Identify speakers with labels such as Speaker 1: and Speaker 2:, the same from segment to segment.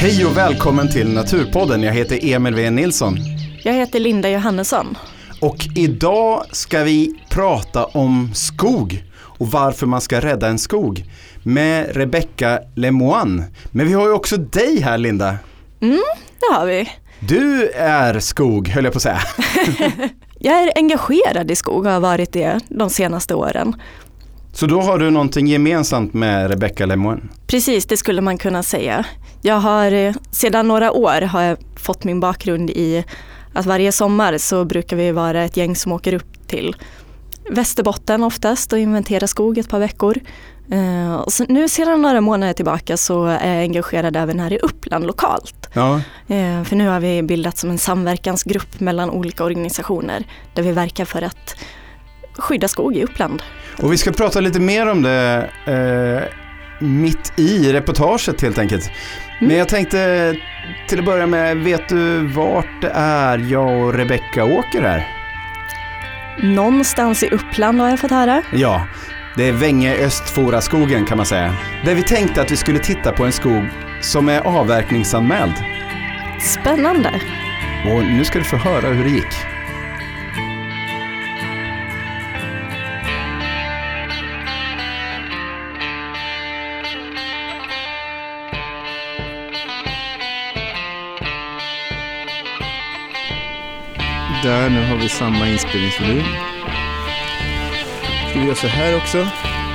Speaker 1: Hej och välkommen till Naturpodden. Jag heter Emil W. Nilsson.
Speaker 2: Jag heter Linda Johannesson.
Speaker 1: Och idag ska vi prata om skog och varför man ska rädda en skog med Rebecca Lemoine. Men vi har ju också dig här, Linda.
Speaker 2: Det har vi.
Speaker 1: Du är skog, höll jag på att säga.
Speaker 2: Jag är engagerad i skog och har varit det de senaste åren.
Speaker 1: Så då har du någonting gemensamt med Rebecca Lemoine?
Speaker 2: Precis, det skulle man kunna säga. Jag har sedan några år har jag fått min bakgrund i att varje sommar så brukar vi vara ett gäng som åker upp till Västerbotten oftast och inventerar skog ett par veckor. Och så nu sedan några månader tillbaka så är jag engagerad även här i Uppland lokalt.
Speaker 1: Ja.
Speaker 2: För nu har vi bildat som en samverkansgrupp mellan olika organisationer där vi verkar för att skydda skog i Uppland.
Speaker 1: Och vi ska prata lite mer om det mitt i reportaget helt enkelt. Men jag tänkte till att börja med, vet du vart det är jag och Rebecca åker här?
Speaker 2: Någonstans i Uppland har jag fått höra.
Speaker 1: Ja, det är Vänge-Östforaskogen kan man säga. Där vi tänkte att vi skulle titta på en skog som är avverkningsanmäld.
Speaker 2: Spännande.
Speaker 1: Och nu ska du få höra hur det gick. Där, nu har vi samma inspelningsvolym. Ska vi göra så här också?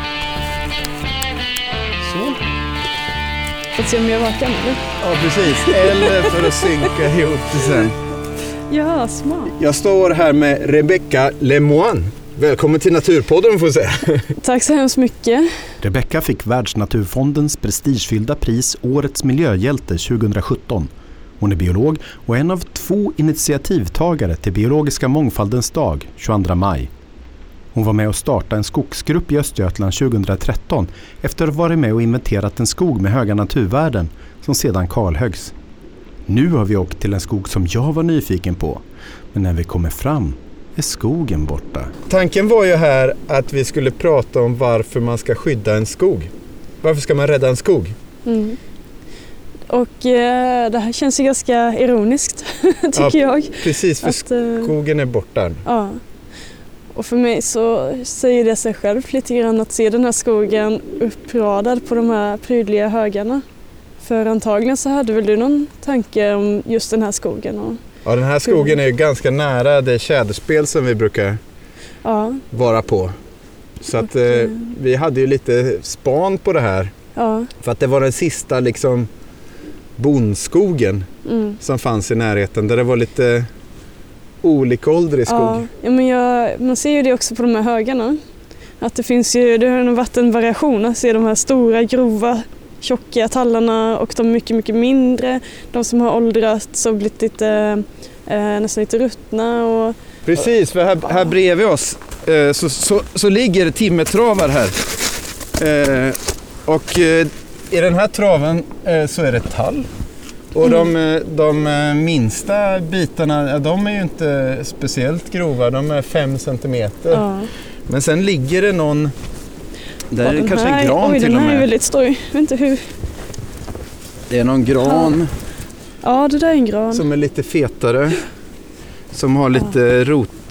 Speaker 1: Så.
Speaker 3: För att se om jag vakar eller?
Speaker 1: Ja, precis. Eller för att synka ihop det sen.
Speaker 3: Ja, smart.
Speaker 1: Jag står här med Rebecca Lemoine. Välkommen till Naturpodden får jag säga.
Speaker 3: Tack så hemskt mycket.
Speaker 1: Rebecca fick Världsnaturfondens prestigefyllda pris Årets miljöhjälte 2017. Hon är biolog och en av 2 initiativtagare till Biologiska mångfaldens dag 22 maj. Hon var med och startade en skogsgrupp i Östergötland 2013 efter att ha varit med och inventerat en skog med höga naturvärden som sedan kalhöggs. Nu har vi åkt till en skog som jag var nyfiken på, men när vi kommer fram är skogen borta. Tanken var ju här att vi skulle prata om varför man ska skydda en skog. Varför ska man rädda en skog?
Speaker 3: Mm. Och det här känns ju ganska ironiskt, tycker jag.
Speaker 1: Precis, för skogen är borta.
Speaker 3: Ja. Och för mig så säger det sig själv lite grann att se den här skogen uppradad på de här prydliga högarna. För antagligen så hade väl du någon tanke om just den här skogen?
Speaker 1: Ja, den här skogen är ju ganska nära det tjäderspel som vi brukar vara på. Så att vi hade ju lite span på det här. Ja. För att det var den sista liksom bondskogen som fanns i närheten, där det var lite olikåldrig skog.
Speaker 3: Ja, men man ser ju det också på de här högarna. Att det finns ju, det har varit en variation att se de här stora, grova, tjocka tallarna och de mycket, mycket mindre. De som har åldrats och blivit lite, nästan lite ruttna. Och,
Speaker 1: precis, för här bredvid oss så ligger timmertravar här. Och i den här traven så är det tall. Och de minsta bitarna, de är ju inte speciellt grova, de är 5 centimeter. Ja. Men sen ligger det någon, där är det kanske en gran till och med.
Speaker 3: Den här är väldigt stor, jag vet inte hur.
Speaker 1: Det är någon gran.
Speaker 3: Ja, det där är en gran.
Speaker 1: Som är lite fetare, som har lite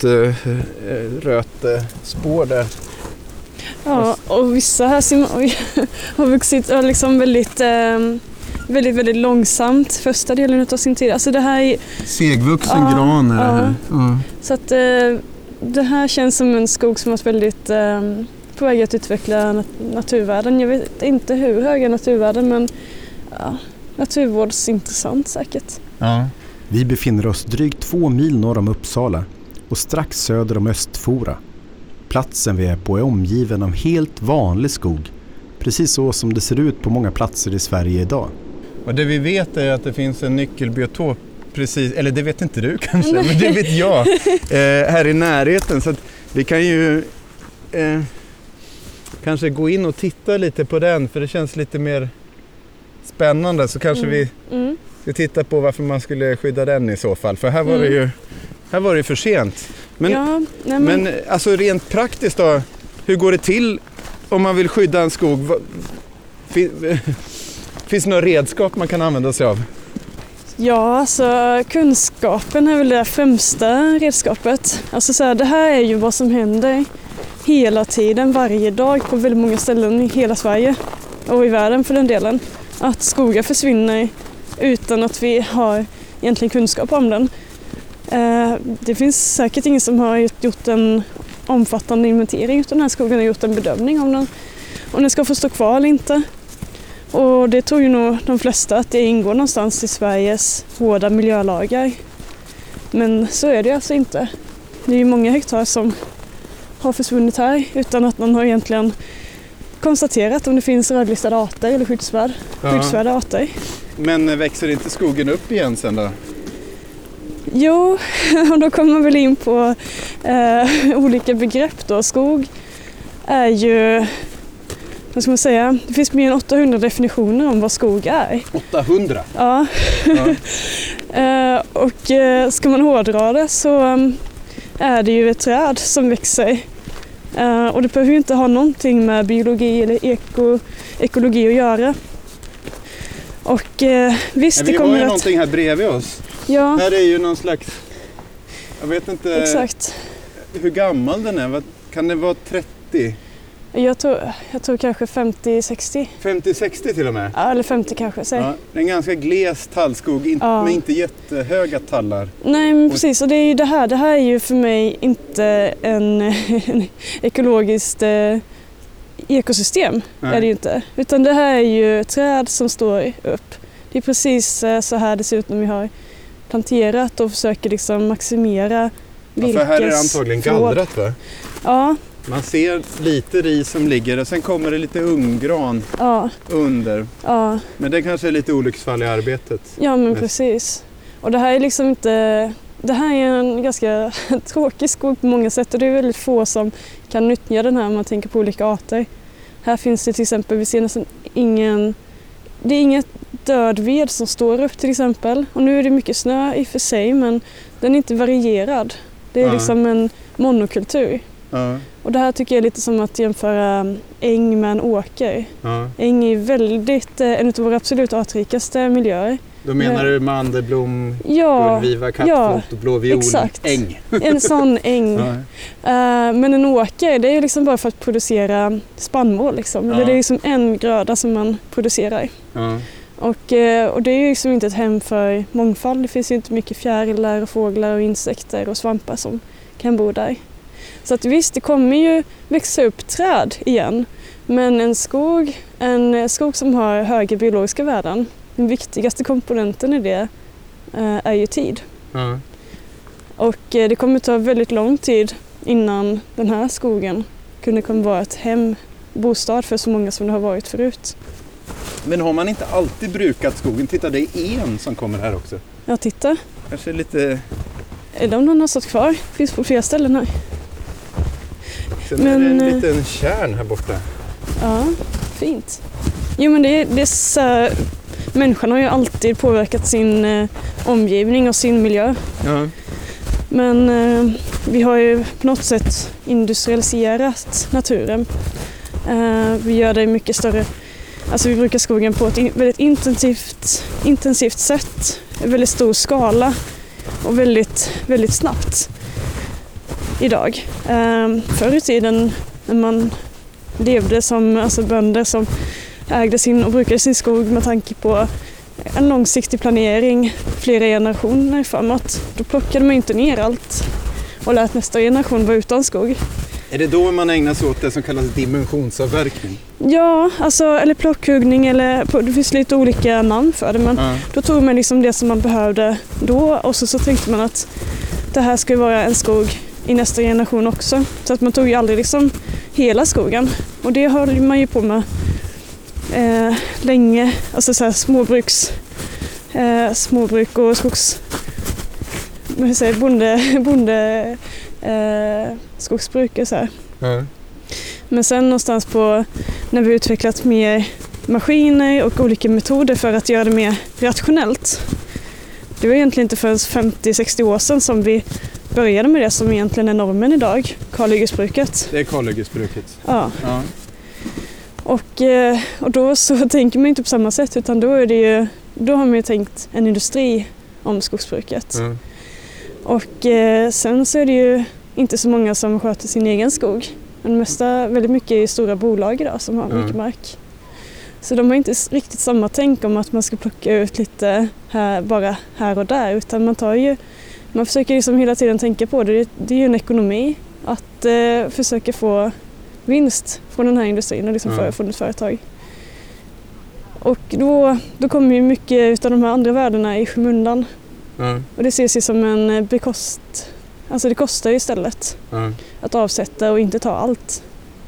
Speaker 1: rötspår där.
Speaker 3: Ja, och vissa här har vuxit liksom väldigt, väldigt långsamt första delen av sin tid. Alltså det här är
Speaker 1: segvuxen gran är det här. Ja.
Speaker 3: Så att det här känns som en skog som varit väldigt på väg att utveckla naturvärden. Jag vet inte hur höga naturvärden, men naturvårdsintressant säkert.
Speaker 1: Ja. Vi befinner oss drygt 2 mil norr om Uppsala och strax söder om Östfora. Platsen vi är på är omgiven av helt vanlig skog, precis så som det ser ut på många platser i Sverige idag. Och det vi vet är att det finns en nyckelbiotop precis, eller det vet inte du kanske, men det vet jag, här i närheten. Så att vi kan ju kanske gå in och titta lite på den, för det känns lite mer spännande. Så kanske vi ska titta på varför man skulle skydda den i så fall. För här var det ju för sent. Men, men alltså rent praktiskt då, hur går det till om man vill skydda en skog? Finns det några redskap man kan använda sig av?
Speaker 3: Ja, alltså kunskapen är väl det främsta redskapet. Alltså så här, det här är ju vad som händer hela tiden, varje dag på väldigt många ställen i hela Sverige och i världen för den delen. Att skogar försvinner utan att vi har egentligen kunskap om den. Det finns säkert ingen som har gjort en omfattande inventering utan den här skogen har gjort en bedömning om den ska få stå kvar eller inte. Och det tror ju nog de flesta att det ingår någonstans i Sveriges hårda miljölagar. Men så är det alltså inte. Det är ju många hektar som har försvunnit här utan att man har egentligen konstaterat om det finns rödlistade arter eller skyddsvärda arter.
Speaker 1: Men växer inte skogen upp igen sen då?
Speaker 3: Jo, och då kommer man väl in på olika begrepp då. Skog är ju, vad ska man säga, det finns mer än 800 definitioner om vad skog är.
Speaker 1: 800?
Speaker 3: Ja. Och ska man hårdra det så är det ju ett träd som växer. Och det behöver ju inte ha någonting med biologi eller ekologi att göra. Och visst, det kommer
Speaker 1: ju någonting här bredvid oss.
Speaker 3: Ja.
Speaker 1: Här är ju någon slags, jag vet inte
Speaker 3: exakt
Speaker 1: hur gammal den är. Kan det vara 30?
Speaker 3: Jag tror kanske 50-60.
Speaker 1: 50-60 till och med?
Speaker 3: Ja, eller 50 kanske.
Speaker 1: Ja, det är en ganska gles tallskog men inte jättehöga tallar.
Speaker 3: Nej, men precis. Och det är ju det här. Det här är ju för mig inte en ekologiskt ekosystem. Nej. Är det ju inte. Utan det här är ju träd som står upp. Det är precis så här det ser ut när vi har planterat och försöker liksom maximera virkes.
Speaker 1: För här är det antagligen gallrat, va?
Speaker 3: Ja.
Speaker 1: Man ser lite ris som ligger och sen kommer det lite unggran under. Ja. Men det kanske är lite olycksfall i arbetet.
Speaker 3: Ja, men precis. Och det här är liksom inte... Det här är en ganska tråkig skog på många sätt och det är väldigt få som kan nyttja den här om man tänker på olika arter. Här finns det till exempel, vi ser nästan det är inget död ved som står upp till exempel. Och nu är det mycket snö i och för sig men den är inte varierad. Det är liksom en monokultur. Och det här tycker jag är lite som att jämföra äng med en åker. Äng är väldigt en av våra absolut artrikaste miljöer.
Speaker 1: Då menar du mandelblom, gullviva, kattfot och blå viol,
Speaker 3: exakt.
Speaker 1: Äng.
Speaker 3: En sån äng. Men en åker, det är ju liksom bara för att producera spannmål. Liksom. Eller det är liksom en gröda som man producerar. Och det är ju liksom inte ett hem för mångfald. Det finns ju inte mycket fjärilar och fåglar och insekter och svampar som kan bo där. Så att visst, det kommer ju växa upp träd igen. Men en skog som har höga biologiska värden, den viktigaste komponenten i det är ju tid. Och det kommer ta väldigt lång tid innan den här skogen kommer vara ett hem, bostad för så många som det har varit förut.
Speaker 1: Men har man inte alltid brukat skogen? Titta, det är en som kommer här också.
Speaker 3: Ja, titta.
Speaker 1: Kanske lite...
Speaker 3: Eller om den har stått kvar. Det finns på flera ställen här.
Speaker 1: Sen är det en liten kärn här borta.
Speaker 3: Ja, fint. Jo, men det är så... Människan har ju alltid påverkat sin omgivning och sin miljö. Men vi har ju på något sätt industrialiserat naturen. Vi gör det mycket större. Alltså vi brukar skogen på ett väldigt intensivt sätt. I väldigt stor skala och väldigt, väldigt snabbt idag. Förr i tiden när man levde som bönder som ägde och brukade sin skog med tanke på en långsiktig planering flera generationer framåt. Då plockade man inte ner allt och lät nästa generation vara utan skog.
Speaker 1: Är det då man ägnar sig åt det som kallas dimensionsavverkning? Ja,
Speaker 3: eller plockhuggning det finns lite olika namn för det. Men då tog man liksom det som man behövde då och så tänkte man att det här ska vara en skog i nästa generation också. Så att man tog ju aldrig liksom hela skogen. Och det höll man ju på med länge. Alltså så här småbruk och skogsbruk så här. Men sen någonstans när vi utvecklat mer maskiner och olika metoder för att göra det mer rationellt. Det var egentligen inte förrän 50-60 år sedan som vi började med det som egentligen är normen idag, kalhyggesbruket.
Speaker 1: Det är kalhyggesbruket.
Speaker 3: Ja. Och då så tänker man inte på samma sätt, utan då har man ju tänkt en industri om skogsbruket. Mm. Och sen så är det ju inte så många som sköter sin egen skog. Men väldigt mycket är stora bolag idag som har mycket mark. Så de har inte riktigt samma tänk om att man ska plocka ut lite bara här och där, utan man försöker liksom hela tiden tänka på det. Det är ju en ekonomi att försöka få vinst från den här industrin och liksom från ett företag. Och då kommer ju mycket av de här andra värdena i skymundan. Och det ses ju som en alltså det kostar ju istället att avsätta och inte ta allt.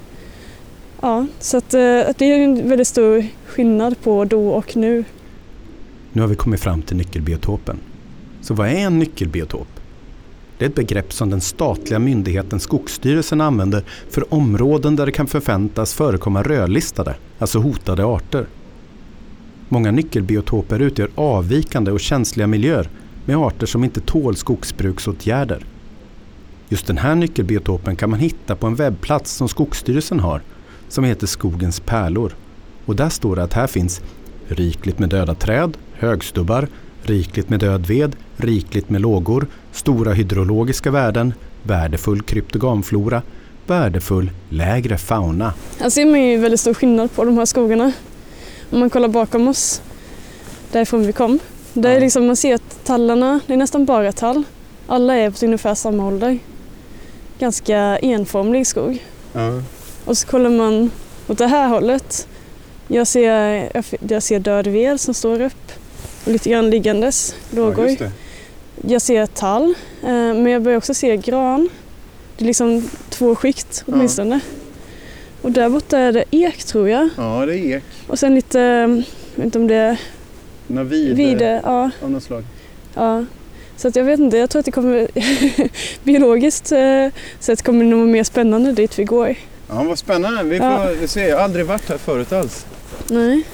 Speaker 3: Ja, så att det är en väldigt stor skillnad på då och nu.
Speaker 1: Nu har vi kommit fram till nyckelbiotopen. Så vad är en nyckelbiotop? Det är ett begrepp som den statliga myndigheten Skogsstyrelsen använder för områden där det kan förväntas förekomma rödlistade, alltså hotade arter. Många nyckelbiotoper utgör avvikande och känsliga miljöer med arter som inte tål skogsbruksåtgärder. Just den här nyckelbiotopen kan man hitta på en webbplats som Skogsstyrelsen har, som heter Skogens pärlor. Och där står det att här finns rikligt med döda träd, högstubbar, rikligt med död ved, rikligt med lågor, stora hydrologiska värden, värdefull kryptogamflora, värdefull lägre fauna.
Speaker 3: Här ser man ju väldigt stor skillnad på de här skogarna. Om man kollar bakom oss, därifrån vi kom. Där är liksom, man ser att tallarna, det är nästan bara tall. Alla är på ungefär samma ålder. Ganska enformlig skog. Och så kollar man åt det här hållet. Jag ser död ved som står upp. Och lite grann liggandes, lågor. Ja, jag ser tall, men jag börjar också se gran. Det är liksom 2 skikt åtminstone. Och där borta är det ek, tror jag.
Speaker 4: Ja, det är ek.
Speaker 3: Och sen lite, jag vet inte om det är vide
Speaker 4: av något slag.
Speaker 3: Ja, så att jag vet inte, jag tror att det kommer biologiskt sett kommer det nog vara mer spännande dit vi går.
Speaker 4: Ja, vad spännande. Vi får se, jag har aldrig varit här förut alls.
Speaker 3: Nej.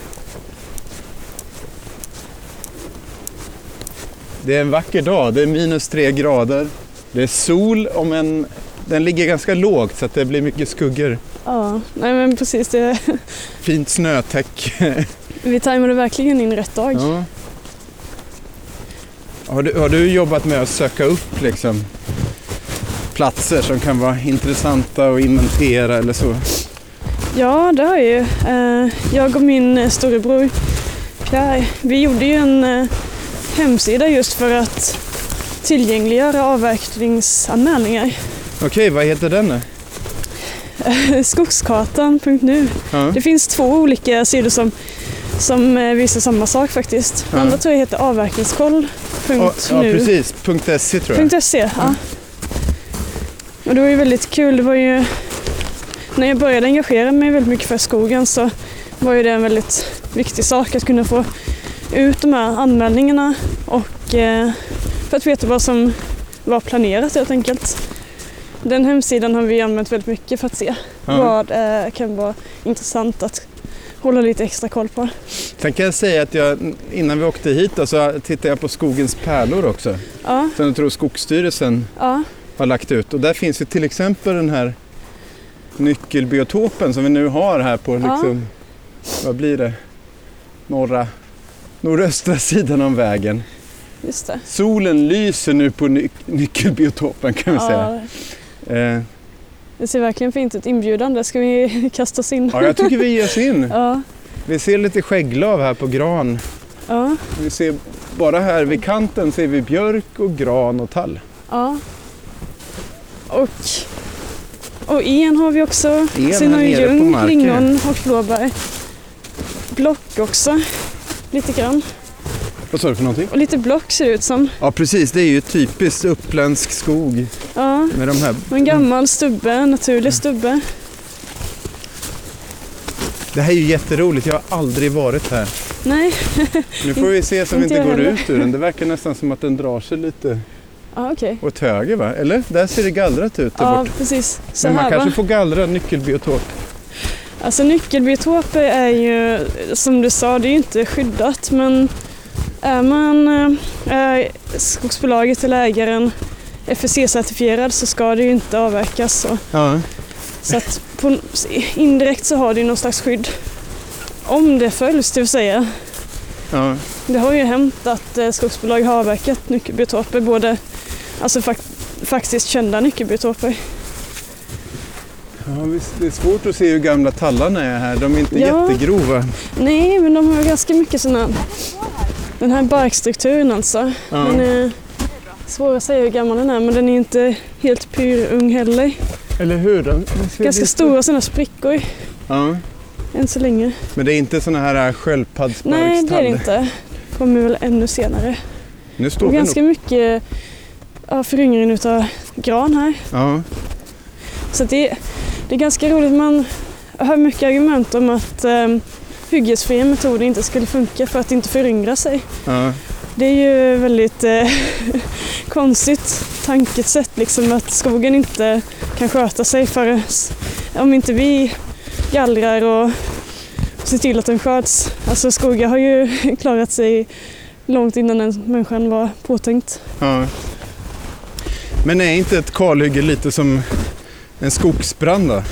Speaker 4: Det är en vacker dag, det är -3 grader. Det är sol, den ligger ganska lågt så att det blir mycket skuggor.
Speaker 3: Ja, nej men precis det.
Speaker 4: Fint snötäck.
Speaker 3: Vi tajmade verkligen in rätt dag.
Speaker 4: Ja. Har du jobbat med att söka upp liksom platser som kan vara intressanta att inventera eller så?
Speaker 3: Ja, det har jag ju. Jag och min storebror Pierre, vi gjorde ju en hemsida just för att tillgängliggöra avverkningsanmälningar.
Speaker 4: Okej, vad heter den?
Speaker 3: Skogskartan.nu. Ja. Det finns 2 olika sidor som visar samma sak faktiskt. Den andra tror jag heter avverkningskoll.nu.
Speaker 4: Ja, precis. .se tror jag.
Speaker 3: .se, ja. Och det var ju väldigt kul. Det var ju, när jag började engagera mig väldigt mycket för skogen så var ju det en väldigt viktig sak att kunna få ut de här anmälningarna och för att veta vad som var planerat helt enkelt. Den hemsidan har vi använt väldigt mycket för att se vad kan vara intressant att hålla lite extra koll på.
Speaker 4: Sen kan jag säga att innan vi åkte hit så tittade jag på Skogens pärlor också. Ja. Sen jag tror Skogsstyrelsen har lagt ut. Och där finns ju till exempel den här nyckelbiotopen som vi nu har här på liksom, vad blir det? Nordöstra sidan av vägen.
Speaker 3: Just det.
Speaker 4: Solen lyser nu på nyckelbiotopen kan vi säga.
Speaker 3: Det ser verkligen fint ut, inbjudande. Ska vi kasta oss in?
Speaker 4: Ja, jag tycker vi ger oss in. Vi ser lite skägglav här på gran.
Speaker 3: Ja.
Speaker 4: Vi ser bara här vid kanten ser vi björk och gran och tall.
Speaker 3: Ja. Och en har vi också. Sen har vi ljung, lingon och blåbär. Block också, lite grann.
Speaker 4: Vad sa du för någonting?
Speaker 3: Och lite block ser det ut som.
Speaker 4: Ja, precis. Det är ju typiskt uppländsk skog.
Speaker 3: Ja,
Speaker 4: med de här.
Speaker 3: En gammal stubbe, en naturlig stubbe.
Speaker 4: Det här är ju jätteroligt. Jag har aldrig varit här.
Speaker 3: Nej.
Speaker 4: Nu får vi se så vi inte går ut ur den. Det verkar nästan som att den drar sig lite åt höger, va? Eller? Där ser det gallrat ut.
Speaker 3: Ja, precis. Så
Speaker 4: men man
Speaker 3: här,
Speaker 4: kanske får gallra nyckelbiotop.
Speaker 3: Alltså nyckelbiotoper är ju, som du sa, det är ju inte skyddat. Men är man skogsbolaget eller ägaren FSC-certifierad så ska det ju inte avverkas. Så att indirekt så har det någon slags skydd. Om det följs, det vill säga.
Speaker 4: Ja.
Speaker 3: Det har ju hänt att skogsbolag har avverkat nyckelbiotoper, både alltså faktiskt kända nyckelbiotoper.
Speaker 4: Ja, visst, det är svårt att se hur gamla tallarna är här. De är inte jättegrova.
Speaker 3: Nej, men de har ganska mycket sådana... Den här barkstrukturen alltså. Ja. Den är svår att säga hur gammal den är, men den är inte helt pyrung heller.
Speaker 4: Eller hur?
Speaker 3: Ganska stora sådana sprickor.
Speaker 4: Ja.
Speaker 3: Än så länge.
Speaker 4: Men det är inte sådana här sköldpaddsbarkstall?
Speaker 3: Nej, det är det inte. Det kommer väl ännu senare.
Speaker 4: Nu står
Speaker 3: ganska mycket föryngring utav gran här.
Speaker 4: Ja.
Speaker 3: Så det är ganska roligt. Man hör mycket argument om att hyggesfria metoder inte skulle funka för att inte föryngra sig.
Speaker 4: Ja.
Speaker 3: Det är ju väldigt konstigt tankesätt liksom, att skogen inte kan sköta sig för om inte vi gallrar och ser till att den sköts. Alltså skogar har ju klarat sig långt innan den människan var påtänkt.
Speaker 4: Ja. Men är inte ett kalhygge lite som en skogsbrand då?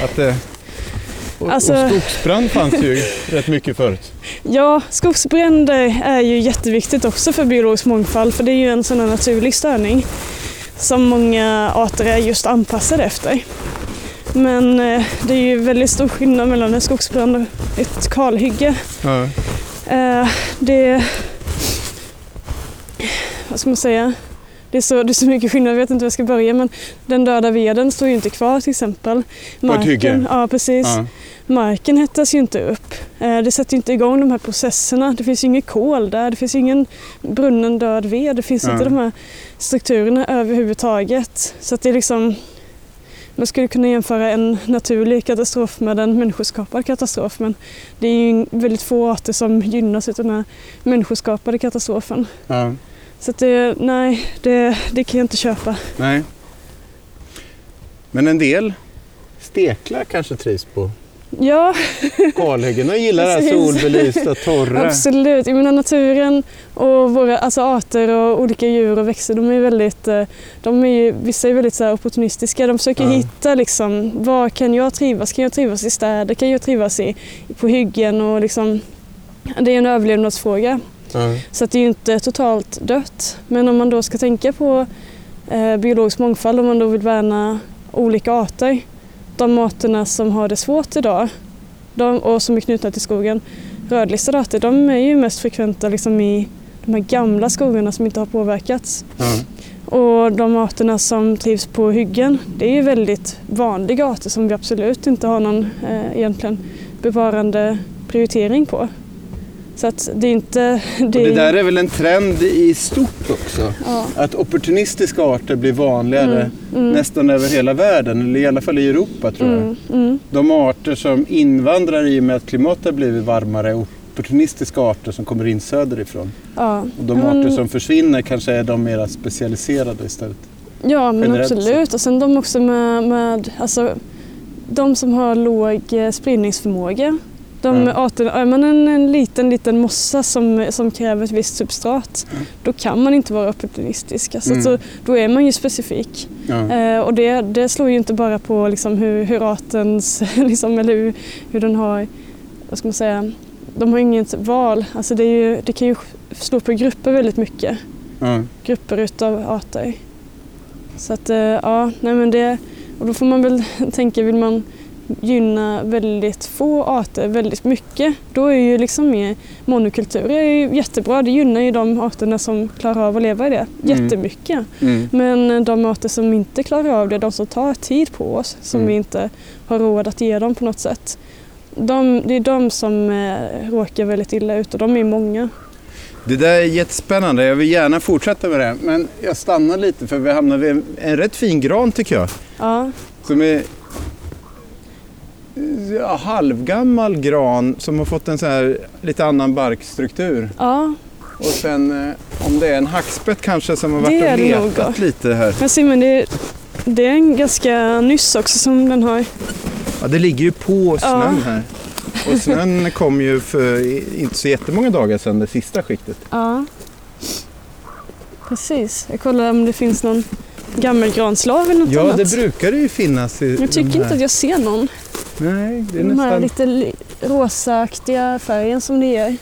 Speaker 4: Och skogsbrand fanns ju rätt mycket förut.
Speaker 3: Ja, skogsbränder är ju jätteviktigt också för biologisk mångfald, för det är ju en sån här naturlig störning som många arter är just anpassade efter. Men det är ju väldigt stor skillnad mellan en skogsbrand och ett kalhygge.
Speaker 4: Ja.
Speaker 3: Vad ska man säga? Det är så mycket skillnad, jag vet inte hur jag ska börja, men den döda veden står ju inte kvar till exempel.
Speaker 4: På ett hygge?
Speaker 3: Ja, precis. Ja. Marken hettas ju inte upp. Det sätter ju inte igång de här processerna. Det finns ju ingen kol där, det finns ingen brunnen död ved, det finns inte de här strukturerna överhuvudtaget. Så att det är liksom, man skulle kunna jämföra en naturlig katastrof med en människoskapad katastrof, men det är ju väldigt få arter som gynnas av den här människoskapade katastrofen. Ja. Så att det kan jag inte köpa.
Speaker 4: Nej. Men en del steklar kanske trivs på kalhyggen och gillar det här solbelysta, torra.
Speaker 3: Absolut. Jag menar, naturen och våra arter och olika djur och växter, vissa är väldigt så här opportunistiska. De försöker hitta liksom, var kan jag trivas? Kan jag trivas i städer? Kan jag trivas på hyggen? Och liksom, det är en överlevnadsfråga. Så att det är ju inte totalt dött. Men om man då ska tänka på biologisk mångfald, om man då vill värna olika arter, de arterna som har det svårt idag och som är knutna till skogen, rödlistade arter, de är ju mest frekventa liksom i de här gamla skogarna som inte har påverkats. Och de arterna som trivs på hyggen, det är ju väldigt vanliga arter som vi absolut inte har någon egentligen bevarande prioritering på. Så att det är inte...
Speaker 4: Det där är väl en trend i stort också. Ja. Att opportunistiska arter blir vanligare nästan över hela världen. Eller i alla fall i Europa tror jag. De arter som invandrar i och med att klimatet har blivit varmare är opportunistiska arter som kommer in söderifrån. Ja. Och de arter som försvinner kanske är de mer specialiserade istället.
Speaker 3: Ja, men generellt absolut. Och sen de också med alltså, de som har låg spridningsförmåga. Är man en liten mossa som kräver ett visst substrat, då kan man inte vara opportunistisk. Alltså, då är man ju specifik. Och det slår ju inte bara på liksom, hur artens, liksom, eller hur den har, vad ska man säga, de har inget val. Alltså, det kan ju slå på grupper väldigt mycket. Grupper utav arter. Så att, och då får man väl tänka, vill man gynna väldigt få arter väldigt mycket, då är ju liksom mer monokultur är ju jättebra. Det gynnar ju de arterna som klarar av att leva i det jättemycket. Men de arter som inte klarar av det, de som tar tid på oss, som vi inte har råd att ge dem på något sätt, det är de som råkar väldigt illa ut, och de är många.
Speaker 4: Det där är jättespännande. Jag vill gärna fortsätta med det, men jag stannar lite för vi hamnar vid en rätt fin gran tycker jag. Ja. Som är halvgammal gran som har fått en så här lite annan barkstruktur. Ja. Och sen om det är en hackspett kanske som har varit och letat lite här.
Speaker 3: Men Simon, det är en ganska nyss också som den har.
Speaker 4: Ja, det ligger ju på snön här. Och snön kom ju för inte så jättemånga dagar sedan, det sista skiktet.
Speaker 3: Ja, precis. Jag kollar om det finns någon gammelgranslav eller något annat.
Speaker 4: Ja, det brukar det ju finnas.
Speaker 3: Jag tycker inte att jag ser någon.
Speaker 4: Nej, det är
Speaker 3: de här
Speaker 4: nästan...
Speaker 3: lite rosaaktiga färgen som det ger.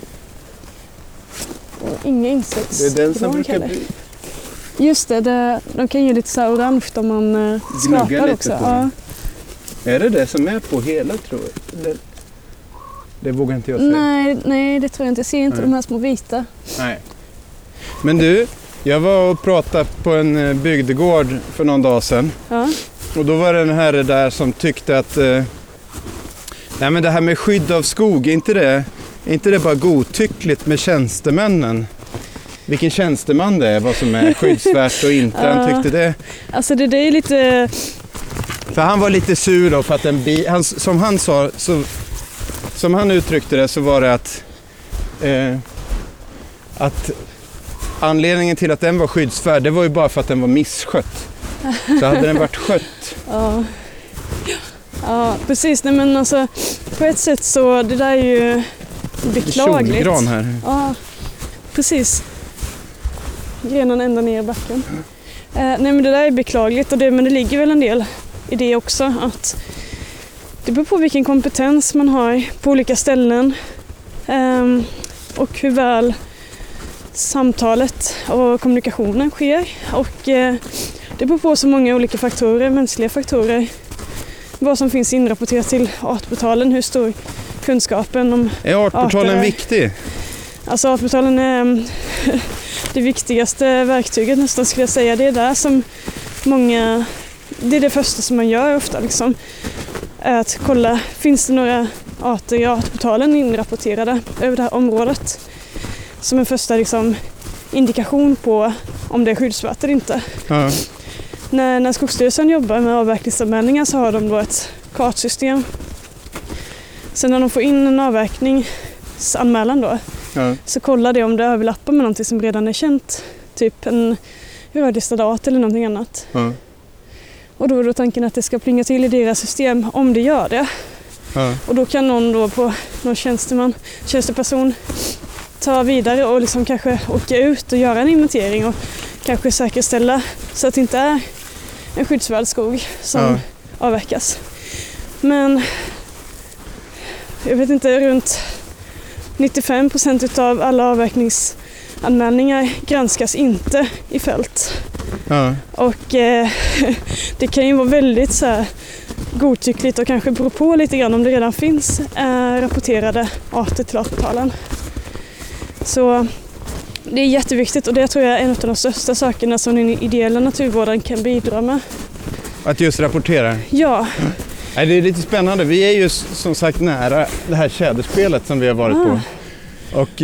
Speaker 3: Och inga insekter.
Speaker 4: Det är den som brukar bli...
Speaker 3: Just det, de kan ge lite så här orange om man skrapar också. Ja.
Speaker 4: Är det som är på hela, tror jag? Det vågar inte jag säga.
Speaker 3: Nej, det tror jag inte. Jag ser inte de här små vita.
Speaker 4: Nej. Men du, jag var och pratade på en bygdegård för någon dag sedan. Ja. Och då var det en herre där som tyckte att nej, men det här med skydd av skog, är inte det bara godtyckligt med tjänstemännen? Vilken tjänsteman det är, vad som är skyddsvärt och inte. Han tyckte det.
Speaker 3: Alltså det är lite...
Speaker 4: För han var lite sur då för att som han uttryckte det så var det att anledningen till att den var skyddsvärd, det var ju bara för att den var misskött. Så hade den varit skött.
Speaker 3: Ja, precis. Nej, men alltså, på ett sätt så det där är ju beklagligt.
Speaker 4: Kjolgran här.
Speaker 3: Ja, precis. Grenen ända ner i backen. Nej, men det där är beklagligt men det ligger väl en del i det också, att det beror på vilken kompetens man har på olika ställen och hur väl samtalet och kommunikationen sker, och det beror på så många olika faktorer, mänskliga faktorer, vad som finns inrapporterat till artportalen, hur stor kunskapen om
Speaker 4: är artportalen viktig?
Speaker 3: Alltså artportalen är det viktigaste verktyget nästan, skulle jag säga. Det är där som det är det första som man gör ofta liksom. Att kolla, finns det några arter i artportalen inrapporterade över det här området? Som en första liksom indikation på om det är skyddsvärt eller inte. Ja. När Skogsstyrelsen jobbar med avverkningsanmälningar så har de då ett kartsystem. Sen när de får in en avverkningsanmälan då, så kollar det om det överlappar med någonting som redan är känt. Typ en rödlistad art eller någonting annat. Ja. Och då är då tanken att det ska plinga till i deras system om det gör det. Ja. Och då kan någon tjänsteperson ta vidare och liksom kanske åka ut och göra en inventering och kanske säkerställa så att det inte är en skyddsvärd skog som avverkas. Men jag vet inte, runt 95% av alla avverkningsanmälningar granskas inte i fält. Ja. Och det kan ju vara väldigt så här godtyckligt och kanske beror på lite grann om det redan finns rapporterade arter till artportalen. Så det är jätteviktigt, och det tror jag är en av de största sakerna som den ideella naturvården kan bidra med. Att just rapportera? Ja.
Speaker 4: Det är lite spännande. Vi är ju som sagt nära det här tjäderspelet som vi har varit på. Och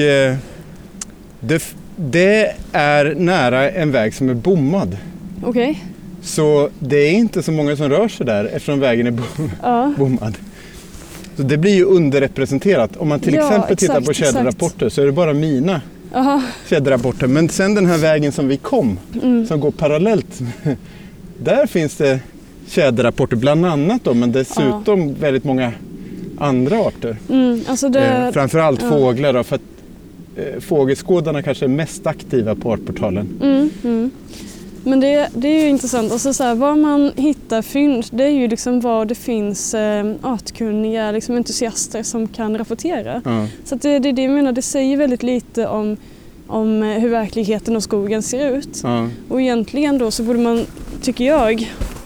Speaker 4: det är nära en väg som är bommad. Okej. Så det är inte så många som rör sig där eftersom vägen är bommad. Så det blir ju underrepresenterat. Om man till exempel tittar på tjäderrapporter så är det bara mina tjäderrapporter. Men sen den här vägen som vi kom, som går parallellt, där finns det tjäderrapporter bland annat då, men dessutom väldigt många andra arter. Alltså framförallt fåglar då, för att fågelskådarna kanske är mest aktiva på artportalen.
Speaker 3: Men det är ju intressant. Alltså så här, var man hittar fynd, det är ju liksom var det finns artkunniga liksom entusiaster som kan rapportera. Så att det jag menar, det säger väldigt lite om hur verkligheten och skogen ser ut. Och egentligen då så borde man, tycker jag,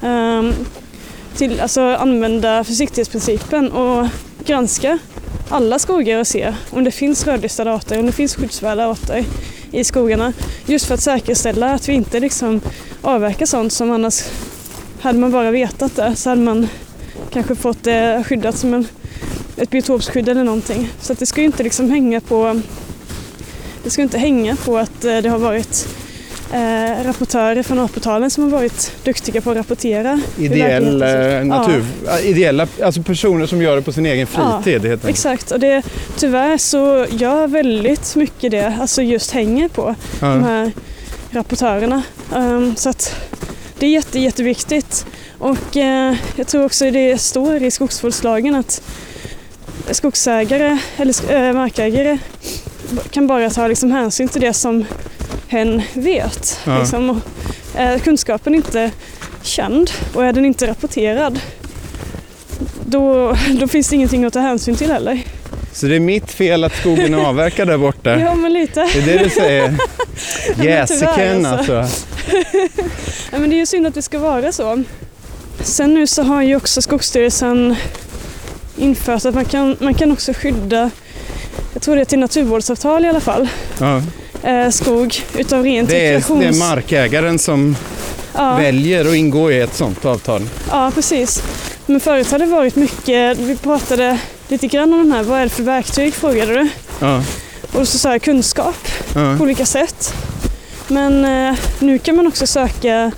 Speaker 3: använda försiktighetsprincipen och granska alla skogar och se om det finns rödlistade arter, om det finns skyddsvärda arter i skogarna. Just för att säkerställa att vi inte liksom avverkar sånt som annars, hade man bara vetat det så hade man kanske fått det skyddat som ett biotopskydd eller någonting. Så att det ska ju inte liksom hänga på att det har varit rapportörer från artportalen som har varit duktiga på att rapportera.
Speaker 4: Ideella, alltså personer som gör det på sin egen fritid.
Speaker 3: Exakt, och det tyvärr så gör väldigt mycket det, alltså just hänger på de här rapportörerna. Så att det är jätteviktigt. Och jag tror också det står i skogsvårdslagen att skogsägare eller markägare kan bara ta liksom hänsyn till det som hen vet. Liksom. Är kunskapen inte känd och är den inte rapporterad, då finns det ingenting att ta hänsyn till heller.
Speaker 4: Så det är mitt fel att skogen är avverkad där borta?
Speaker 3: Ja, men lite.
Speaker 4: Det är det du säger? Jäsiken alltså.
Speaker 3: Ja, men det är ju synd att det ska vara så. Sen nu så har ju också Skogsstyrelsen infört att man kan också skydda, jag tror det är till naturvårdsavtal i alla fall, skog utav rent rekreations...
Speaker 4: Det är markägaren som väljer att ingå i ett sånt avtal. Ja,
Speaker 3: precis. Men förut har det varit mycket, vi pratade lite grann om den här, vad är det för verktyg, frågade du? Ja. Och så sa jag kunskap på olika sätt. Men nu kan man också söka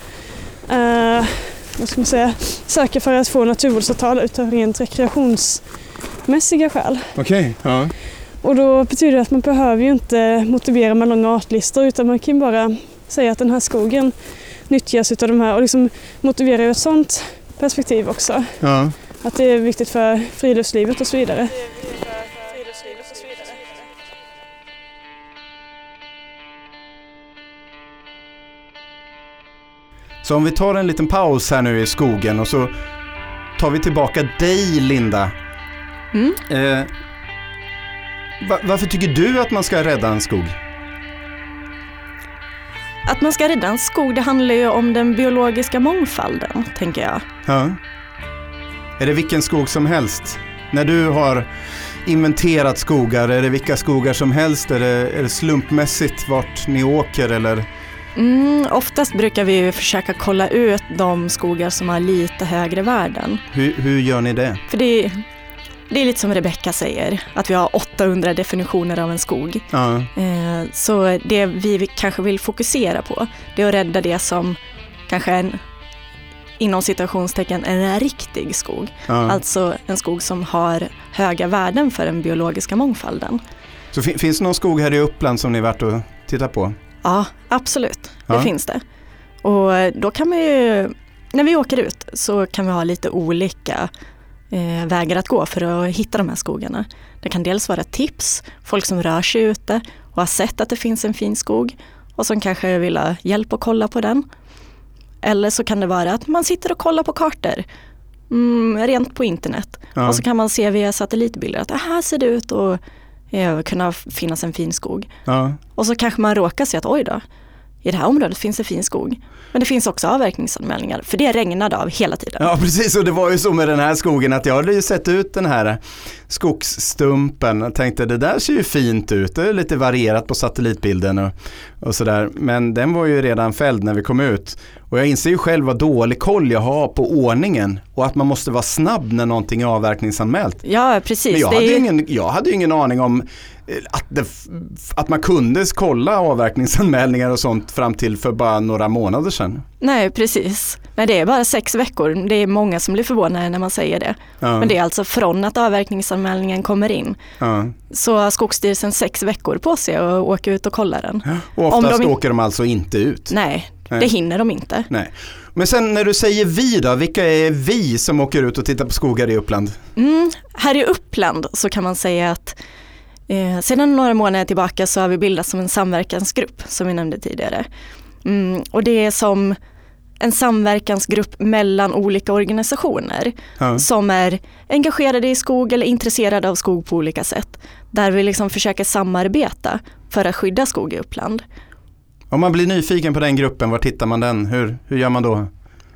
Speaker 3: söka för att få naturvårdsavtal utav rent rekreationsmässiga skäl.
Speaker 4: Okej, ja.
Speaker 3: Och då betyder det att man behöver ju inte motivera med långa artlistor, utan man kan bara säga att den här skogen nyttjas utav de här och liksom motivera ett sånt perspektiv också. Ja. Att det är viktigt för friluftslivet och så vidare.
Speaker 1: Så om vi tar en liten paus här nu i skogen och så tar vi tillbaka dig, Linda. Varför tycker du att man ska rädda en skog?
Speaker 2: Att man ska rädda en skog, det handlar ju om den biologiska mångfalden, tänker jag.
Speaker 1: Ja. Är det vilken skog som helst? När du har inventerat skogar, är det vilka skogar som helst? Är det slumpmässigt vart ni åker eller...
Speaker 2: Oftast brukar vi försöka kolla ut de skogar som har lite högre värden.
Speaker 1: Hur gör ni det?
Speaker 2: För det är lite som Rebecca säger, att vi har 800 definitioner av en skog. Ja. Så det vi kanske vill fokusera på, det är att rädda det som kanske är inom situationstecken en riktig skog. Ja. Alltså en skog som har höga värden för den biologiska mångfalden.
Speaker 1: Så finns det någon skog här i Uppland som ni varit och tittat på?
Speaker 2: Ja, absolut. Det finns det. Och då kan man ju, när vi åker ut så kan vi ha lite olika vägar att gå för att hitta de här skogarna. Det kan dels vara tips, folk som rör sig ute och har sett att det finns en fin skog och som kanske vill ha hjälp att kolla på den. Eller så kan det vara att man sitter och kollar på kartor rent på internet. Ja. Och så kan man se via satellitbilder att här ser det ut och kunna finnas en fin skog. Ja. Och så kanske man råkar se att oj då, i det här området finns det fin skog. Men det finns också avverkningsanmälningar, för det regnade av hela tiden.
Speaker 1: Ja, precis. Och det var ju så med den här skogen att jag hade ju sett ut den här skogsstumpen och tänkte det där ser ju fint ut. Det är lite varierat på satellitbilden och sådär. Men den var ju redan fälld när vi kom ut. Och jag inser ju själv vad dålig koll jag har på ordningen och att man måste vara snabb när någonting är avverkningsanmält.
Speaker 2: Ja, precis.
Speaker 1: Men jag hade ju ingen aning om att man kunde kolla avverkningsanmälningar och sånt fram till för bara några månader sedan.
Speaker 2: Nej, precis. Men det är bara 6 veckor. Det är många som blir förvånade när man säger det. Ja. Men det är alltså från att avverkningsanmälningen kommer in. Ja. Så har Skogsstyrelsen 6 veckor på sig att åka ut och kolla den. Ja.
Speaker 1: Och oftast åker de alltså inte ut?
Speaker 2: Nej, det hinner de inte.
Speaker 1: Nej. Men sen när du säger vi då, vilka är vi som åker ut och tittar på skogar i Uppland?
Speaker 2: Här i Uppland så kan man säga att sedan några månader tillbaka så har vi bildat som en samverkansgrupp som vi nämnde tidigare. Och det är som en samverkansgrupp mellan olika organisationer som är engagerade i skog eller intresserade av skog på olika sätt. Där vi liksom försöker samarbeta för att skydda skog i Uppland.
Speaker 1: Om man blir nyfiken på den gruppen, var tittar man den? Hur gör man då?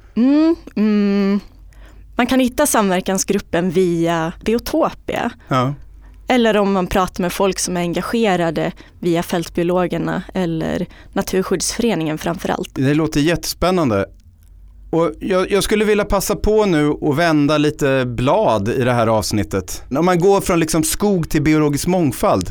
Speaker 2: Man kan hitta samverkansgruppen via Biotopia. Ja. Eller om man pratar med folk som är engagerade via Fältbiologerna eller Naturskyddsföreningen framförallt.
Speaker 1: Det låter jättespännande. Och jag skulle vilja passa på nu och vända lite blad i det här avsnittet. När man går från liksom skog till biologisk mångfald.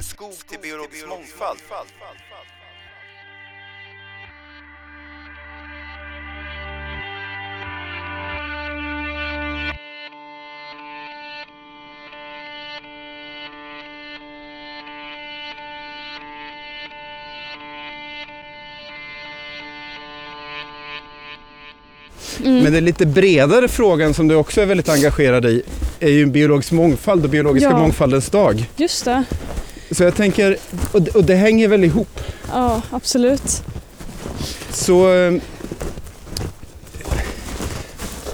Speaker 1: Men den lite bredare frågan som du också är väldigt engagerad i är ju biologisk mångfald och biologiska mångfaldens dag.
Speaker 3: Just det.
Speaker 1: Så jag tänker, och det hänger väl ihop?
Speaker 3: Ja, absolut.
Speaker 1: Så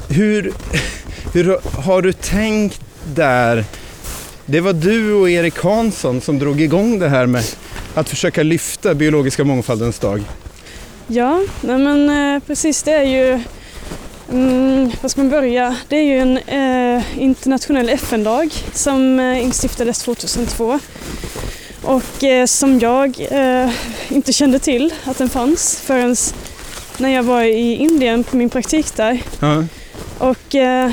Speaker 4: Hur har du tänkt där? Det var du och Erik Hansson som drog igång det här med att försöka lyfta biologiska mångfaldens dag.
Speaker 3: Ja, nej men precis, det är ju, vad ska man börja? Det är ju en internationell FN-dag som instiftades 2002 och som jag inte kände till att den fanns förrän när jag var i Indien på min praktik där. Ja. Och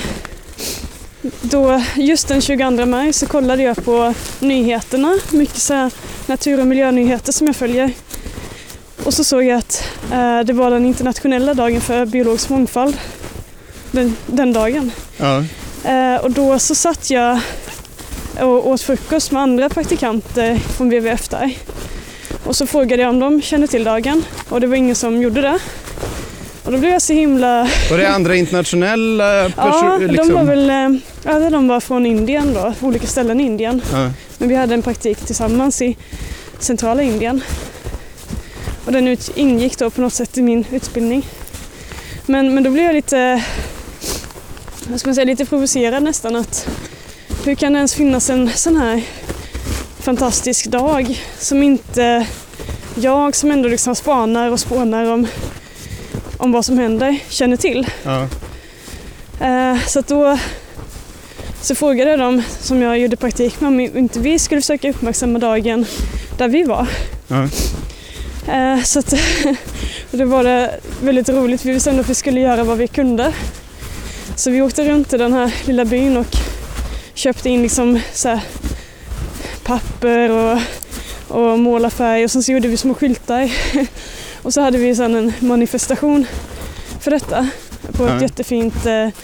Speaker 3: då, just den 22 maj så kollade jag på nyheterna, mycket så här natur- och miljönyheter som jag följer. Och så såg jag att det var den internationella dagen för biologisk mångfald den dagen. Ja. Och då så satt jag och åt frukost med andra praktikanter från WWF där. Och så frågade jag om de kände till dagen och det var ingen som gjorde det. Och då blev jag så himla...
Speaker 4: Var det andra internationella personer?
Speaker 3: Ja,
Speaker 4: liksom?
Speaker 3: De var väl de var från Indien då, olika ställen i Indien. Ja. Men vi hade en praktik tillsammans i centrala Indien. Och den ingick då på något sätt i min utbildning. Men då blev jag lite, vad ska man säga, lite provocerad nästan att hur kan det ens finnas en sån här fantastisk dag som inte jag som ändå liksom spanar och spånar om vad som händer känner till. Ja. Så att då så frågade jag dem som jag gjorde praktik med om inte vi skulle försöka uppmärksamma dagen där vi var. Ja. Så att det var väldigt roligt. Vi bestämde att vi skulle göra vad vi kunde. Så vi åkte runt i den här lilla byn och köpte in liksom så här papper och målarfärg och sen så gjorde vi små skyltar. Och så hade vi sedan en manifestation för detta på ett jättefint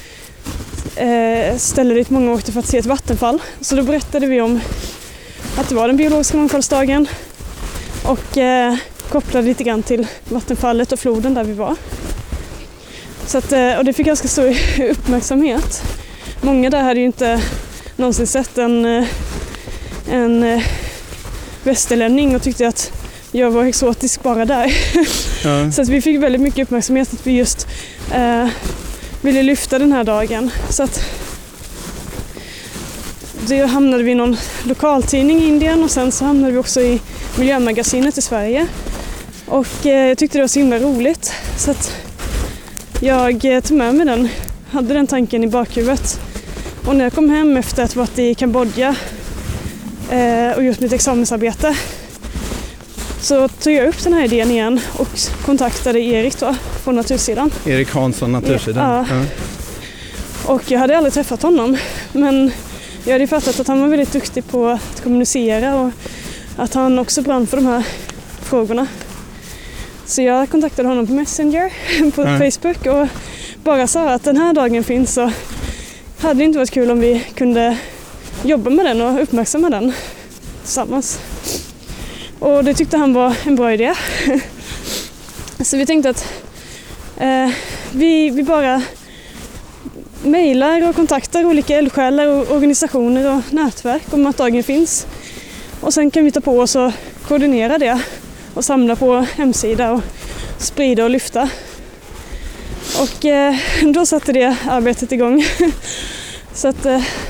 Speaker 3: ställe dit många åkte för att se ett vattenfall. Så då berättade vi om att det var den biologiska mångfaldsdagen och kopplade lite grann till vattenfallet och floden där vi var. Så att, och det fick ganska stor uppmärksamhet. Många där hade ju inte någonsin sett en västerlänning och tyckte att jag var exotisk bara där. Ja. Så att vi fick väldigt mycket uppmärksamhet att vi just ville lyfta den här dagen. Så att då hamnade vi i någon lokaltidning i Indien och sen så hamnade vi också i Miljömagasinet i Sverige. Och jag tyckte det var så himla roligt så att jag tog med mig den, hade den tanken i bakhuvudet. Och när jag kom hem efter att ha varit i Kambodja och gjort mitt examensarbete så tog jag upp den här idén igen och kontaktade Erik då, från Natursidan.
Speaker 4: Erik Hansson, Natursidan.
Speaker 3: Ja. Och jag hade aldrig träffat honom men jag hade fattat att han var väldigt duktig på att kommunicera och att han också brann för de här frågorna. Så jag kontaktade honom på Messenger på Facebook och bara sa att den här dagen finns så hade det inte varit kul om vi kunde jobba med den och uppmärksamma den tillsammans. Och det tyckte han var en bra idé. Så vi tänkte att vi bara mejlar och kontaktar olika eldsjälar och organisationer och nätverk om att dagen finns. Och sen kan vi ta på oss och koordinera det och samla på hemsida och sprida och lyfta. Och då satte det arbetet igång. Så att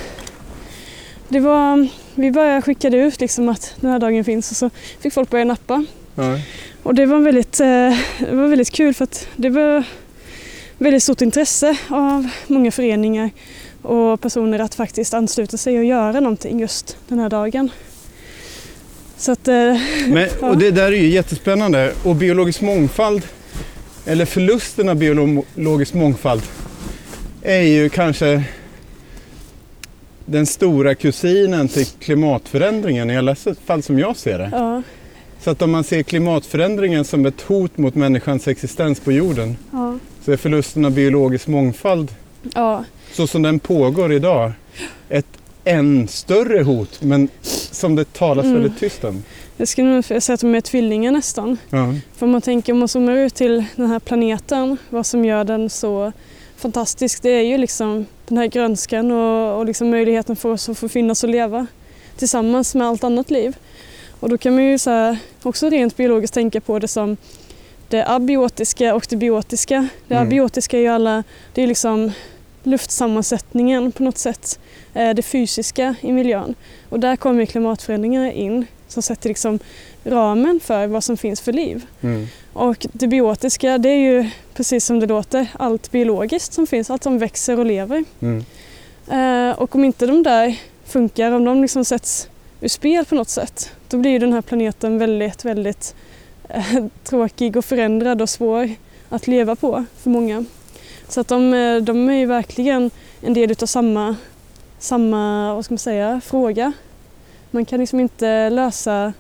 Speaker 3: vi bara skickade ut liksom att den här dagen finns och så fick folk börja nappa. Ja. Och det var väldigt kul för att det var väldigt stort intresse av många föreningar och personer att faktiskt ansluta sig och göra någonting just den här dagen. Så att,
Speaker 4: och det där är ju jättespännande. Och biologisk mångfald, eller förlusten av biologisk mångfald, är ju kanske den stora kusinen till klimatförändringen, i alla fall som jag ser det. Ja. Så att om man ser klimatförändringen som ett hot mot människans existens på jorden, så är förlusten av biologisk mångfald, så som den pågår idag, ett än större hot, men som det talas väldigt tyst om.
Speaker 3: Jag skulle nog säga att de är tvillingar nästan. Ja. För om man tänker, om man zoomar ut till den här planeten, vad som gör den så fantastisk, det är ju liksom den här grönskan och liksom möjligheten för oss att få finnas och leva tillsammans med allt annat liv. Och då kan man ju så här, också rent biologiskt tänka på det som det abiotiska och det biotiska. Det abiotiska är ju det är liksom luftsammansättningen på något sätt, det fysiska i miljön. Och där kommer klimatförändringar in som sätter liksom ramen för vad som finns för liv. Och det biotiska, det är ju precis som det låter, allt biologiskt som finns, allt som växer och lever. Och om inte de där funkar, om de liksom sätts ur spel på något sätt, då blir ju den här planeten väldigt, väldigt tråkig och förändrad och svår att leva på för många. Så att de är ju verkligen en del av samma vad ska man säga, fråga. Man kan liksom inte lösa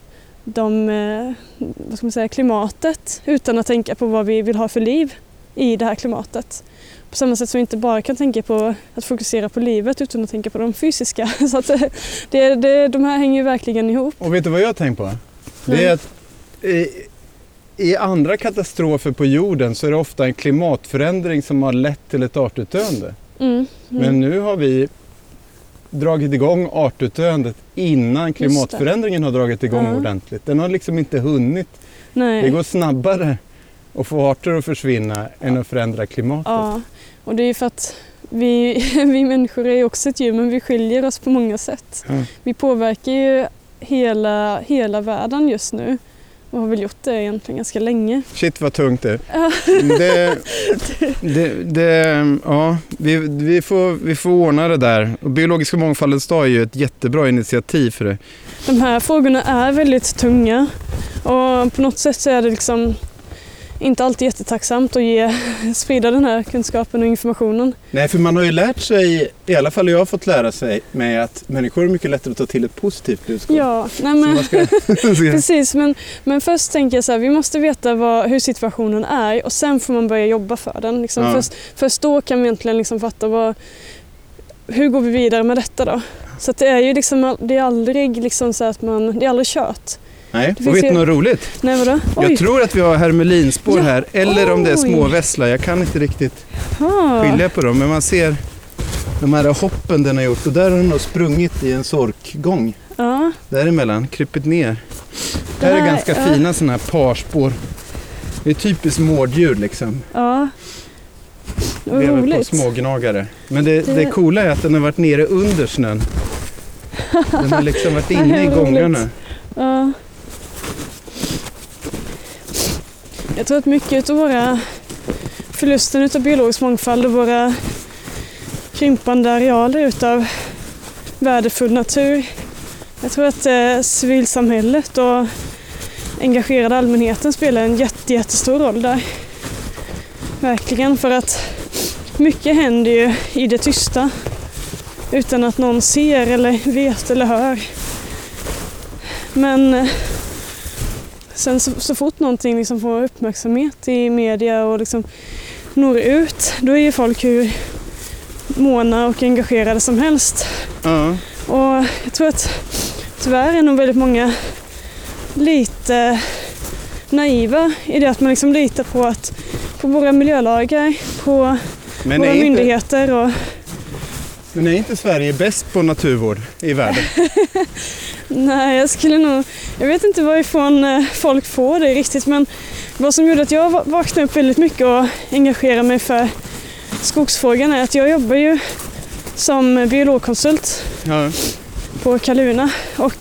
Speaker 3: klimatet utan att tänka på vad vi vill ha för liv i det här klimatet. På samma sätt som vi inte bara kan tänka på att fokusera på livet utan att tänka på de fysiska. Så att de här hänger ju verkligen ihop.
Speaker 4: Och vet du vad jag har tänkt på? Det är att i andra katastrofer på jorden så är det ofta en klimatförändring som har lett till ett artutdöende. Men nu har vi dragit igång artutdöendet innan klimatförändringen har dragit igång ordentligt. Den har liksom inte hunnit. Nej. Det går snabbare att få arter att försvinna än att förändra klimatet. Ja,
Speaker 3: och det är för att vi människor är också ett djur, men vi skiljer oss på många sätt. Vi påverkar ju hela världen just nu. Och har väl gjort det egentligen ganska länge.
Speaker 4: Shit vad tungt det. Vi får ordna det där. Och biologiska mångfaldens dag är ju ett jättebra initiativ för det.
Speaker 3: De här frågorna är väldigt tunga. Och på något sätt så är det liksom inte alltid jättetacksamt att sprida den här kunskapen och informationen.
Speaker 4: Nej, för man har ju lärt sig, i alla fall jag har fått lära sig med att människor är mycket lättare att ta till ett positivt budskap.
Speaker 3: Ja, precis. Men först tänker jag så här, vi måste veta hur situationen är och sen får man börja jobba för den. Liksom. Först då kan vi egentligen liksom fatta hur går vi vidare med detta då? Så att det är ju liksom, det är aldrig liksom så att det är aldrig kört.
Speaker 4: Nej, och vet du något roligt?
Speaker 3: Nej, vadå?
Speaker 4: Jag tror att vi har hermelinspår här, eller om det är små vässlar. Jag kan inte riktigt skilja på dem, men man ser de här hoppen den har gjort. Och där har den nog sprungit i en sorkgång. Ja. Däremellan, krypit ner. Det här är ganska fina sådana här parspår. Det är typiskt mårddjur liksom. Ja. Lever på smågnagare. Men det coola är att den har varit nere under snön. Den har liksom varit inne i gångarna. Ja.
Speaker 3: Jag tror att mycket av våra förlusten utav biologisk mångfald och våra krympande arealer utav värdefull natur. Jag tror att civilsamhället och engagerade allmänheten spelar en jättestor roll där. Verkligen, för att mycket händer ju i det tysta utan att någon ser eller vet eller hör. Men sen så fort någonting liksom får uppmärksamhet i media och liksom når ut, då är ju folk hur måna och engagerade som helst. Och jag tror att tyvärr är nog väldigt många lite naiva i det att man liksom litar på våra miljölagar, på våra myndigheter.
Speaker 4: Men är inte Sverige bäst på naturvård i världen?
Speaker 3: Nej, jag vet inte varifrån folk får det riktigt, men vad som gjorde att jag vaknade upp väldigt mycket och engagerade mig för skogsfrågan är att jag jobbar ju som biologkonsult på Kaluna och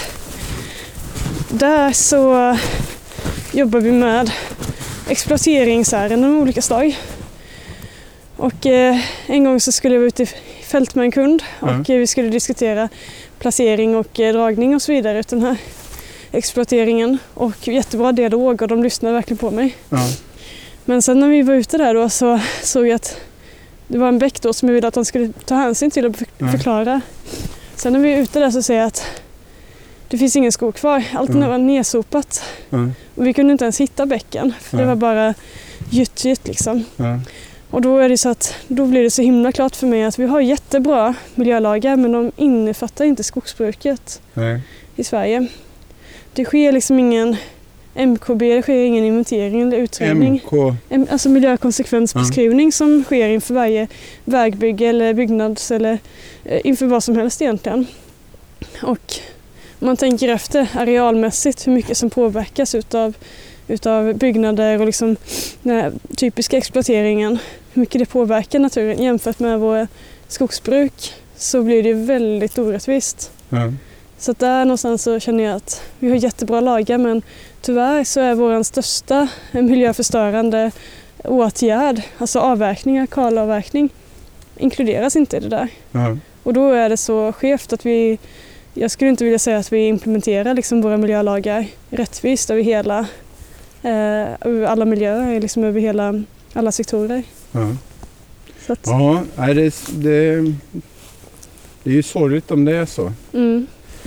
Speaker 3: där så jobbar vi med exploateringsärenden av olika slag. Och en gång så skulle jag vara ute i fält med en kund och vi skulle diskutera placering och dragning och så vidare utan den här exploateringen. Och jättebra dialog och de lyssnade verkligen på mig. Men sen när vi var ute där då så såg jag att det var en bäck då som jag ville att de skulle ta hänsyn till och förklara. Sen när vi är ute där så säger jag att det finns ingen skog kvar. Allt var nedsopat. Och vi kunde inte ens hitta bäcken. För det var bara gyttjigt liksom. Och då är det så att då blir det så himla klart för mig att vi har jättebra miljölagar men de innefattar inte skogsbruket i Sverige. Det sker liksom ingen MKB, det sker ingen inventering eller utredning. Alltså miljökonsekvensbeskrivning som sker inför varje vägbygge eller byggnads eller inför vad som helst egentligen. Och om man tänker efter arealmässigt hur mycket som påverkas utav byggnader och liksom den här typiska exploateringen hur mycket det påverkar naturen jämfört med vår skogsbruk, så blir det väldigt orättvist.
Speaker 4: Ja.
Speaker 3: Så att där någonstans så känner jag att vi har jättebra lagar, men tyvärr så är vår största miljöförstörande åtgärd, alltså avverkningar, kalavverkning, inkluderas inte i det där.
Speaker 4: Ja.
Speaker 3: Och då är det så skevt att jag skulle inte vilja säga att vi implementerar liksom våra miljölagar rättvist över över alla miljöer, liksom över alla sektorer.
Speaker 4: Ja.
Speaker 3: Så att,
Speaker 4: Ja, det är ju sorgligt om det är så.
Speaker 3: mm.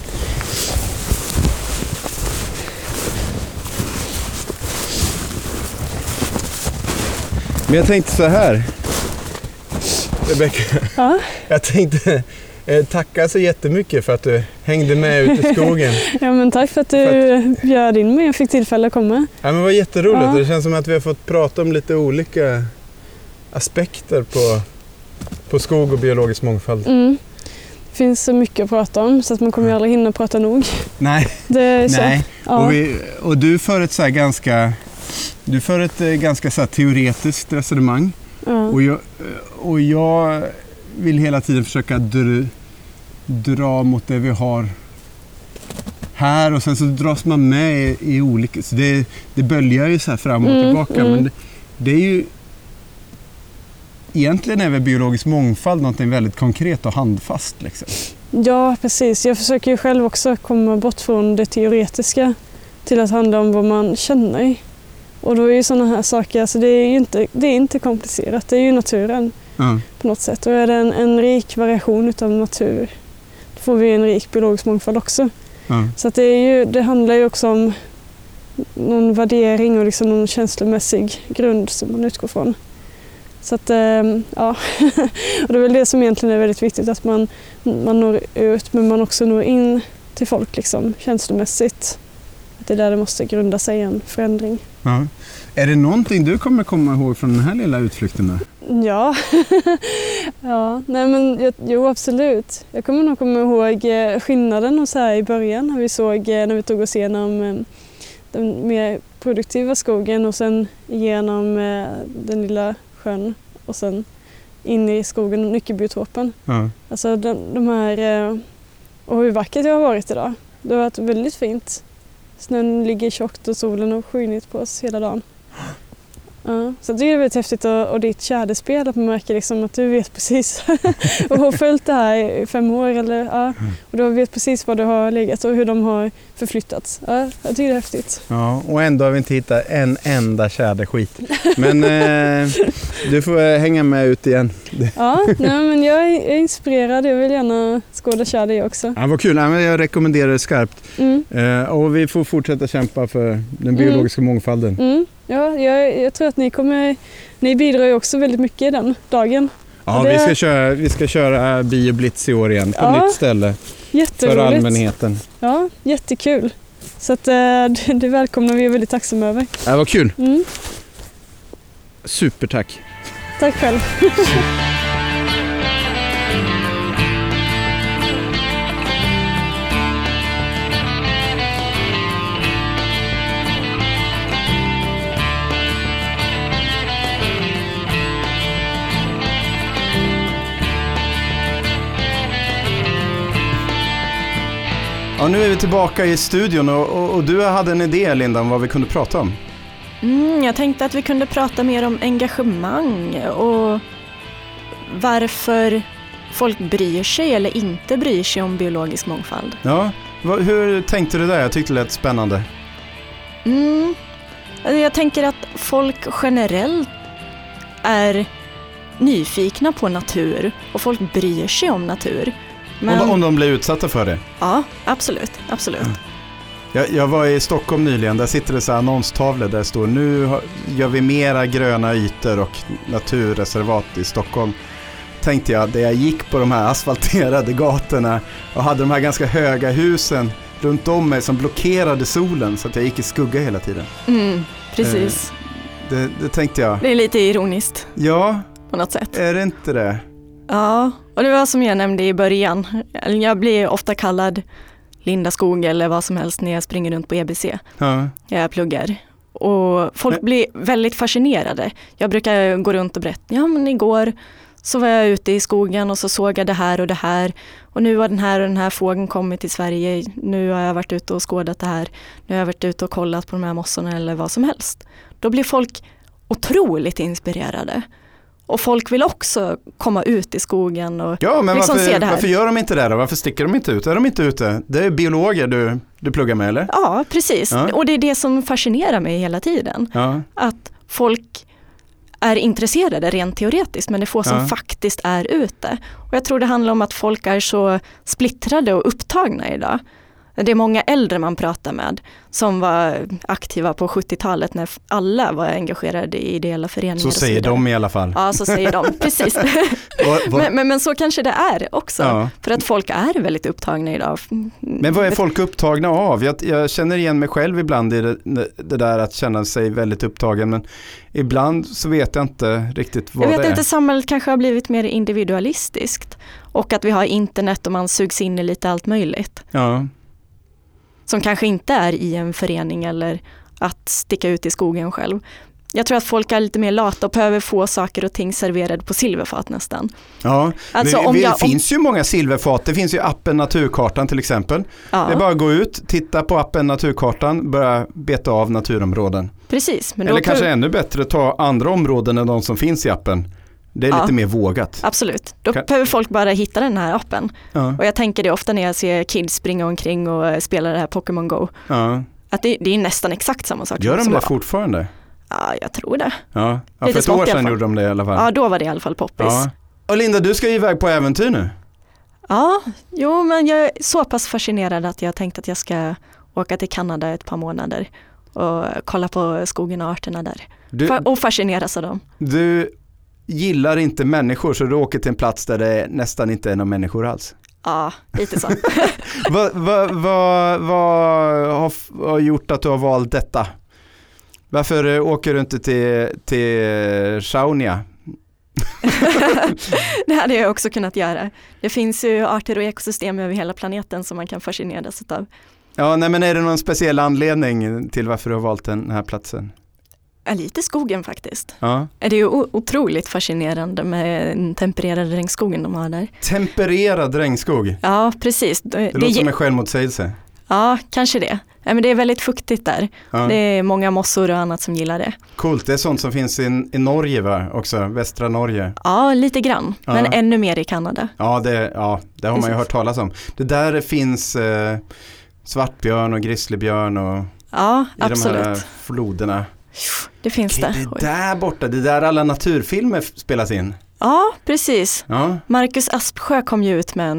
Speaker 4: Men jag tänkte så här, Rebecka,
Speaker 3: Ja.
Speaker 4: jag tänkte tacka så jättemycket för att du hängde med ut i skogen.
Speaker 3: Ja, men tack för att du bjöd in mig och fick tillfälle att komma.
Speaker 4: Ja, men det var jätteroligt.
Speaker 3: Ja.
Speaker 4: Det känns som att vi har fått prata om lite olika aspekter på skog och biologisk mångfald.
Speaker 3: Mm. Det finns så mycket att prata om så att man kommer ju aldrig hinna prata nog.
Speaker 4: Nej.
Speaker 3: Det är så.
Speaker 4: Nej.
Speaker 3: Ja.
Speaker 4: Och du för ett ganska så här teoretiskt resonemang.
Speaker 3: Ja.
Speaker 4: Och jag vill hela tiden försöka dra mot det vi har här, och sen så dras man med i olika, så det böljar ju så här fram och tillbaka, men det är ju egentligen är väl biologisk mångfald någonting väldigt konkret och handfast liksom.
Speaker 3: Ja, precis. Jag försöker ju själv också komma bort från det teoretiska till att handla om vad man känner. Och då är ju sådana här saker, alltså det är inte komplicerat, det är ju naturen på något sätt. Och är det en rik variation utav natur, då får vi en rik biologisk mångfald också. Så att det handlar ju också om någon värdering och liksom någon känslomässig grund som man utgår från. Så att, ja, och det är väl det som egentligen är väldigt viktigt, att man når ut, men man också når in till folk liksom, känslomässigt. Att det är där det måste grunda sig en förändring.
Speaker 4: Ja. Är det någonting du kommer komma ihåg från den här lilla utflykten?
Speaker 3: Ja, ja, nej men jo absolut. Jag kommer nog komma ihåg skillnaden och så här i början när vi tog oss igenom den mer produktiva skogen och sen igenom den lilla sjön och sen in i skogen och nyckelbiotopen. Ja. Alltså de här, och hur vackert det har varit idag. Det har varit väldigt fint. Snön ligger tjockt och solen har skinit på oss hela dagen. Ja, så det är väldigt häftigt och ditt tjäderspel, att man märker liksom att du vet precis och har följt det här i 5 år eller, ja, och du vet precis var du har legat och hur de har förflyttats. Ja, jag tycker det är häftigt. Ja,
Speaker 4: och ändå har vi inte hittat en enda tjäderskit. Men du får hänga med ut igen.
Speaker 3: Ja, nej, men jag är inspirerad. Jag vill gärna skåda tjäder jag också.
Speaker 4: Ja, vad kul. Jag rekommenderar det skarpt. Och vi får fortsätta kämpa för den biologiska mångfalden.
Speaker 3: Ja, jag tror att ni bidrar ju också väldigt mycket i den dagen.
Speaker 4: Ja, vi ska köra BioBlitz i år igen på ett nytt ställe.
Speaker 3: Jätteroligt.
Speaker 4: För allmänheten.
Speaker 3: Ja, jättekul. Så att, det välkomnar vi är väldigt tacksamma över.
Speaker 4: Ja, vad kul. Supertack.
Speaker 3: Tack själv.
Speaker 1: Ja, nu är vi tillbaka i studion och du hade en idé, Linda, om vad vi kunde prata om.
Speaker 2: Jag tänkte att vi kunde prata mer om engagemang och varför folk bryr sig eller inte bryr sig om biologisk mångfald.
Speaker 1: Ja, hur tänkte du där? Jag tyckte det lät spännande.
Speaker 2: Jag tänker att folk generellt är nyfikna på natur och folk bryr sig om natur. Men...
Speaker 1: Om de blir utsatta för det?
Speaker 2: Ja, absolut.
Speaker 1: Jag var i Stockholm nyligen, där sitter det så här annonstavlor där det står: nu gör vi mera gröna ytor och naturreservat i Stockholm. Tänkte jag, där jag gick på de här asfalterade gatorna och hade de här ganska höga husen runt om mig som blockerade solen så att jag gick i skugga hela tiden.
Speaker 2: Precis.
Speaker 1: Det tänkte jag.
Speaker 2: Det är lite ironiskt.
Speaker 1: Ja.
Speaker 2: På något sätt.
Speaker 1: Är det inte det?
Speaker 2: Ja, och det var som jag nämnde i början. Jag blir ofta kallad Linda Skog eller vad som helst när jag springer runt på EBC.
Speaker 1: Ja.
Speaker 2: Jag pluggar. Och folk blir väldigt fascinerade. Jag brukar gå runt och berätta, ja men igår så var jag ute i skogen och så såg jag det här och det här. Och nu har den här fågeln kommit till Sverige. Nu har jag varit ute och skådat det här. Nu har jag varit ute och kollat på de här mossorna eller vad som helst. Då blir folk otroligt inspirerade. Och folk vill också komma ut i skogen och
Speaker 1: men
Speaker 2: liksom se det här.
Speaker 1: Varför gör de inte det då? Varför sticker de inte ut? Är de inte ute? Det är biologer du pluggar med, eller?
Speaker 2: Ja, precis. Ja. Och det är det som fascinerar mig hela tiden. Ja. Att folk är intresserade rent teoretiskt, men det är få som faktiskt är ute. Och jag tror det handlar om att folk är så splittrade och upptagna idag. Det är många äldre man pratar med som var aktiva på 70-talet när alla var engagerade i ideella föreningar.
Speaker 1: Så säger de i alla fall.
Speaker 2: Ja, så säger de, precis. Men så kanske det är också. Ja. För att folk är väldigt upptagna idag.
Speaker 1: Men vad är folk upptagna av? Jag känner igen mig själv ibland i det där att känna sig väldigt upptagen. Men ibland så vet jag inte riktigt vad det är. Jag vet inte,
Speaker 2: samhället kanske har blivit mer individualistiskt. Och att vi har internet och man sugs in i lite allt möjligt. Ja. Som kanske inte är i en förening eller att sticka ut i skogen själv. Jag tror att folk är lite mer lata och behöver få saker och ting serverade på silverfat nästan.
Speaker 1: Ja, alltså det finns ju många silverfat. Det finns ju appen Naturkartan till exempel. Ja. Det är bara att gå ut, titta på appen Naturkartan, börja beta av naturområden.
Speaker 2: Precis. Men
Speaker 1: eller kanske ännu bättre ta andra områden än de som finns i appen. Det är lite mer vågat.
Speaker 2: Absolut. Då behöver folk bara hitta den här appen. Ja. Och jag tänker det ofta när jag ser kids springa omkring och spela det här Pokémon Go. Ja. Att det är nästan exakt samma sak.
Speaker 1: Gör de det fortfarande?
Speaker 2: Ja, jag tror det.
Speaker 1: Ja, för ett år sedan gjorde de det i alla fall.
Speaker 2: Ja, då var det i alla fall poppis. Ja.
Speaker 1: Och Linda, du ska ju iväg på äventyr nu.
Speaker 2: Ja, men jag är så pass fascinerad att jag tänkt att jag ska åka till Kanada ett par månader och kolla på skogen och arterna där. Och fascineras av dem. Du
Speaker 1: gillar inte människor så du åker till en plats där det nästan inte är några människor alls.
Speaker 2: Ja, lite så.
Speaker 1: Vad har gjort att du har valt detta? Varför åker du inte till Sjaunja?
Speaker 2: Det hade jag också kunnat göra. Det finns ju arter och ekosystem över hela planeten som man kan fascineras av.
Speaker 1: Ja, nej, men är det någon speciell anledning till varför du har valt den här platsen?
Speaker 2: Lite skogen faktiskt. Ja. Det är ju otroligt fascinerande med den tempererade regnskogen de har där.
Speaker 1: Tempererad regnskog?
Speaker 2: Ja, precis.
Speaker 1: Det låter som en självmotsägelse.
Speaker 2: Ja, kanske det. Men det är väldigt fuktigt där. Ja. Det är många mossor och annat som gillar det.
Speaker 1: Coolt, det är sånt som finns i Norge va? Också, västra Norge.
Speaker 2: Ja, lite grann. Ja. Men ännu mer i Kanada.
Speaker 1: Ja, det har man ju hört talas om. Det där finns svartbjörn och grizzlybjörn och i de här floderna.
Speaker 2: Det finns det.
Speaker 1: Det där borta, det där alla naturfilmer spelas in.
Speaker 2: Ja, precis. Ja. Marcus Aspsjö kom ju ut med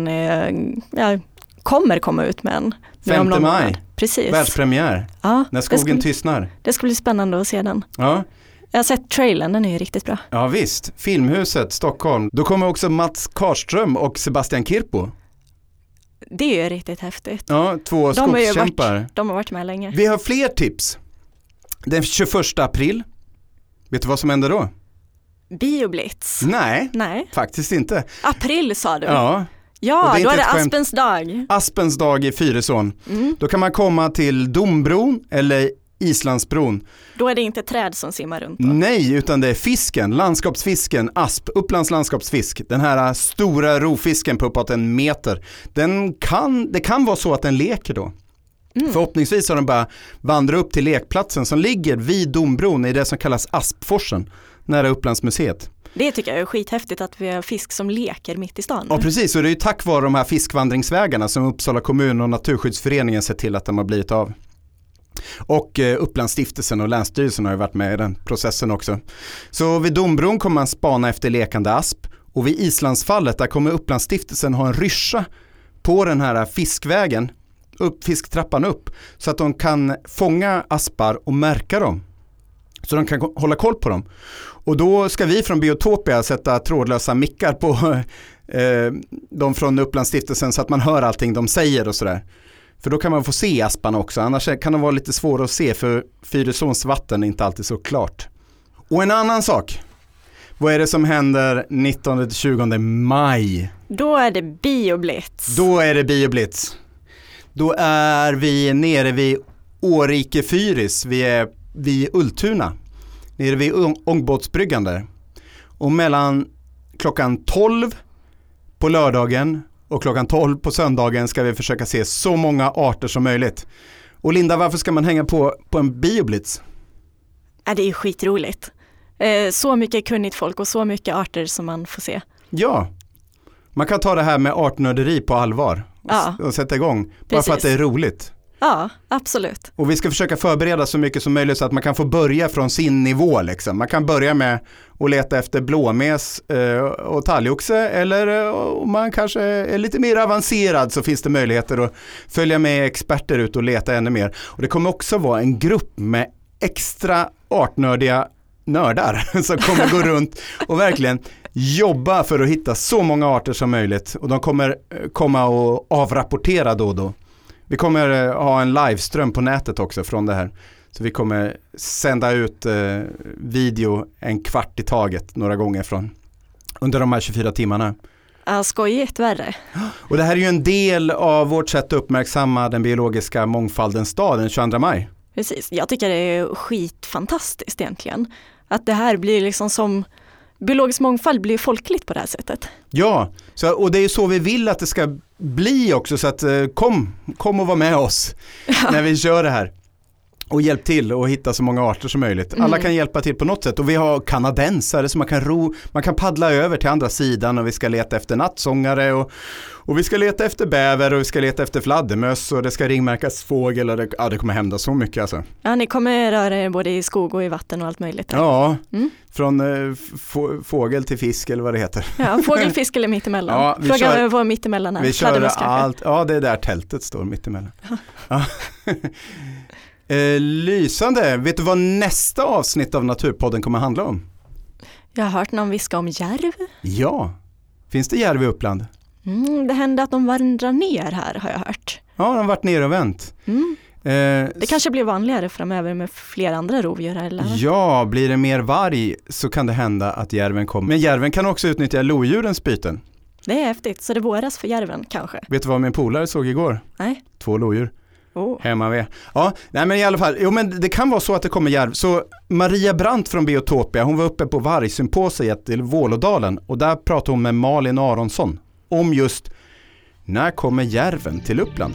Speaker 2: kommer komma ut med en.
Speaker 1: 5 maj.
Speaker 2: Precis.
Speaker 1: Världspremiär. Ja, när skogen tystnar.
Speaker 2: Det ska bli spännande att se den. Ja. Jag har sett trailern, den är ju riktigt bra.
Speaker 1: Ja visst, Filmhuset, Stockholm. Då kommer också Mats Karlström och Sebastian Kirpo.
Speaker 2: Det är ju riktigt häftigt.
Speaker 1: Ja, 2 skogskämpar.
Speaker 2: De har varit med länge.
Speaker 1: Vi har fler tips. Den 21 april. Vet du vad som händer då?
Speaker 2: Bioblitz.
Speaker 1: Nej, faktiskt inte.
Speaker 2: April sa du.
Speaker 1: Ja,
Speaker 2: då är det Aspens dag.
Speaker 1: Aspens dag i Fyrisån. Då kan man komma till Dombron eller Islandsbron.
Speaker 2: Då är det inte träd som simmar runt då.
Speaker 1: Nej, utan det är fisken, landskapsfisken, asp, Upplands landskapsfisk. Den här stora rovfisken på uppåt 1 meter. Det kan vara så att den leker då. Förhoppningsvis har den bara vandrat upp till lekplatsen som ligger vid Dombron i det som kallas Aspforsen, nära Upplandsmuseet.
Speaker 2: Det tycker jag är skithäftigt att vi har fisk som leker mitt i stan.
Speaker 1: Ja precis, och det är ju tack vare de här fiskvandringsvägarna som Uppsala kommun och Naturskyddsföreningen sett till att de har blivit av. Och Upplandsstiftelsen och Länsstyrelsen har ju varit med i den processen också. Så vid Dombron kommer man spana efter lekande asp och vid Islandsfallet där kommer Upplandsstiftelsen ha en ryscha på den här fiskvägen, fisktrappan upp, så att de kan fånga aspar och märka dem. Så de kan hålla koll på dem. Och då ska vi från Biotopia sätta trådlösa mickar på de från Upplandsstiftelsen så att man hör allting de säger och sådär. För då kan man få se asparna också. Annars kan de vara lite svåra att se för Fyrisåns vatten är inte alltid så klart. Och en annan sak. Vad är det som händer 19-20 maj?
Speaker 2: Då är det Bioblitz.
Speaker 1: Då är vi nere vid Årike Fyris. Vi är vid Ultuna, nere vid ångbåtsbryggan där. Och mellan klockan 12 på lördagen och klockan 12 på söndagen ska vi försöka se så många arter som möjligt. Och Linda, varför ska man hänga på en bioblitz?
Speaker 2: Det är ju skitroligt. Så mycket kunnigt folk och så mycket arter som man får se.
Speaker 1: Ja, man kan ta det här med artnörderi på allvar och sätta igång. Bara för att det är roligt.
Speaker 2: Ja, absolut.
Speaker 1: Och vi ska försöka förbereda så mycket som möjligt så att man kan få börja från sin nivå. Liksom. Man kan börja med att leta efter blåmes och talgoxe, eller om man kanske är lite mer avancerad så finns det möjligheter att följa med experter ut och leta ännu mer. Och det kommer också vara en grupp med extra artnördiga nördar som kommer gå runt och verkligen jobba för att hitta så många arter som möjligt. Och de kommer komma och avrapportera då och då. Vi kommer ha en liveström på nätet också från det här. Så vi kommer sända ut video en kvart i taget några gånger under de här 24 timmarna.
Speaker 2: Ja, skojigt värre.
Speaker 1: Och det här är ju en del av vårt sätt att uppmärksamma den biologiska mångfaldens dag den 22 maj.
Speaker 2: Precis, jag tycker det är skitfantastiskt egentligen. Att det här blir liksom som biologisk mångfald blir folkligt på det här sättet.
Speaker 1: Ja, och det är ju så vi vill att det ska bli också, så att kom och var med oss när vi kör det här. Och hjälp till att hitta så många arter som möjligt. Alla kan hjälpa till på något sätt. Och vi har kanadensare som man kan paddla över till andra sidan, och vi ska leta efter nattsångare och vi ska leta efter bäver och vi ska leta efter fladdermöss och det ska ringmärkas fågel och det kommer hända så mycket alltså.
Speaker 2: Ja, ni kommer röra er både i skog och i vatten och allt möjligt.
Speaker 1: Ja, från fågel till fisk eller vad det heter.
Speaker 2: Ja, fågel, fisk eller mittemellan.
Speaker 1: Ja,
Speaker 2: Fråga vad mittemellan är.
Speaker 1: Vi kör allt. Ja, det är där tältet står mittemellan. Ja. Lysande. Vet du vad nästa avsnitt av Naturpodden kommer handla om?
Speaker 2: Jag har hört någon viska om järv.
Speaker 1: Ja. Finns det järv i Uppland?
Speaker 2: Det hände att de vandrar ner här, har jag hört.
Speaker 1: Ja, de har varit ner och vänt.
Speaker 2: Det kanske blir vanligare framöver med fler andra rovdjur, eller?
Speaker 1: Ja, blir det mer varg så kan det hända att järven kommer. Men järven kan också utnyttja lodjurens byten.
Speaker 2: Det är häftigt, så det våras för järven kanske.
Speaker 1: Vet du vad min polare såg igår?
Speaker 2: Nej.
Speaker 1: 2 lodjur. Hemma vid. Ja, nej men i alla fall. Jo, men det kan vara så att det kommer järv. Så Maria Brandt från Biotopia, hon var uppe på vargsymposiet i Vålådalen och där pratade hon med Malin Aronsson om just när kommer järven till Uppland.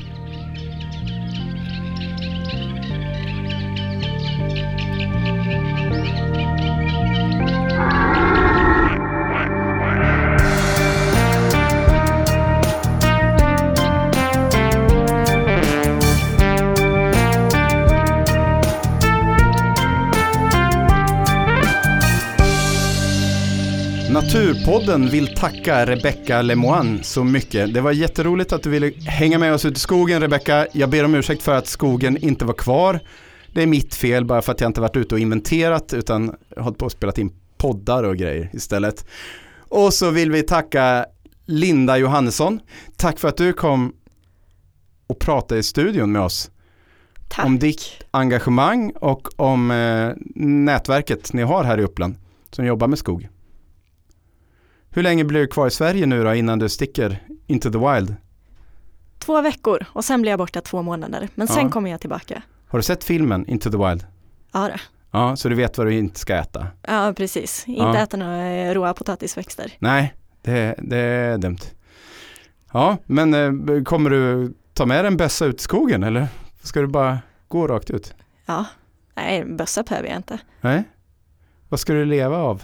Speaker 1: Naturpodden vill tacka Rebecca Lemoine så mycket. Det var jätteroligt att du ville hänga med oss ut i skogen, Rebecca. Jag ber om ursäkt för att skogen inte var kvar. Det är mitt fel bara för att jag inte varit ute och inventerat utan hållit på att spela in poddar och grejer istället. Och så vill vi tacka Linda Johannesson. Tack för att du kom och pratade i studion med oss.
Speaker 2: Tack.
Speaker 1: Om ditt engagemang och om nätverket ni har här i Uppland som jobbar med skog. Hur länge blir du kvar i Sverige nu då innan du sticker into the wild?
Speaker 2: 2 veckor och sen blir jag borta 2 månader. Men sen kommer jag tillbaka.
Speaker 1: Har du sett filmen Into the Wild?
Speaker 2: Ja det.
Speaker 1: Ja, så du vet vad du inte ska äta?
Speaker 2: Ja, precis. Inte äta några råa potatisväxter.
Speaker 1: Nej, det är dumt. Ja, men kommer du ta med en bössa ut i skogen eller ska du bara gå rakt ut?
Speaker 2: Ja, nej, bössa behöver jag inte.
Speaker 1: Nej? Vad ska du leva av?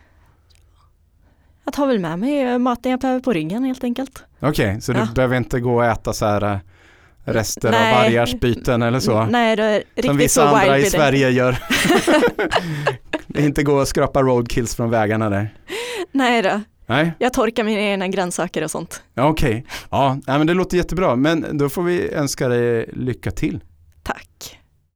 Speaker 2: Jag tar väl med mig maten jag behöver på ryggen helt enkelt.
Speaker 1: Okej, så du behöver inte gå och äta så här rester av vargars byten eller så?
Speaker 2: Nej, det är riktigt
Speaker 1: som vissa
Speaker 2: så
Speaker 1: andra
Speaker 2: wild
Speaker 1: i Sverige gör. Inte gå och skrapa roadkills från vägarna där.
Speaker 2: Nej då.
Speaker 1: Nej.
Speaker 2: Jag torkar mina egna grönsaker och sånt.
Speaker 1: Okej. Ja, men det låter jättebra. Men då får vi önska dig lycka till.
Speaker 2: Tack.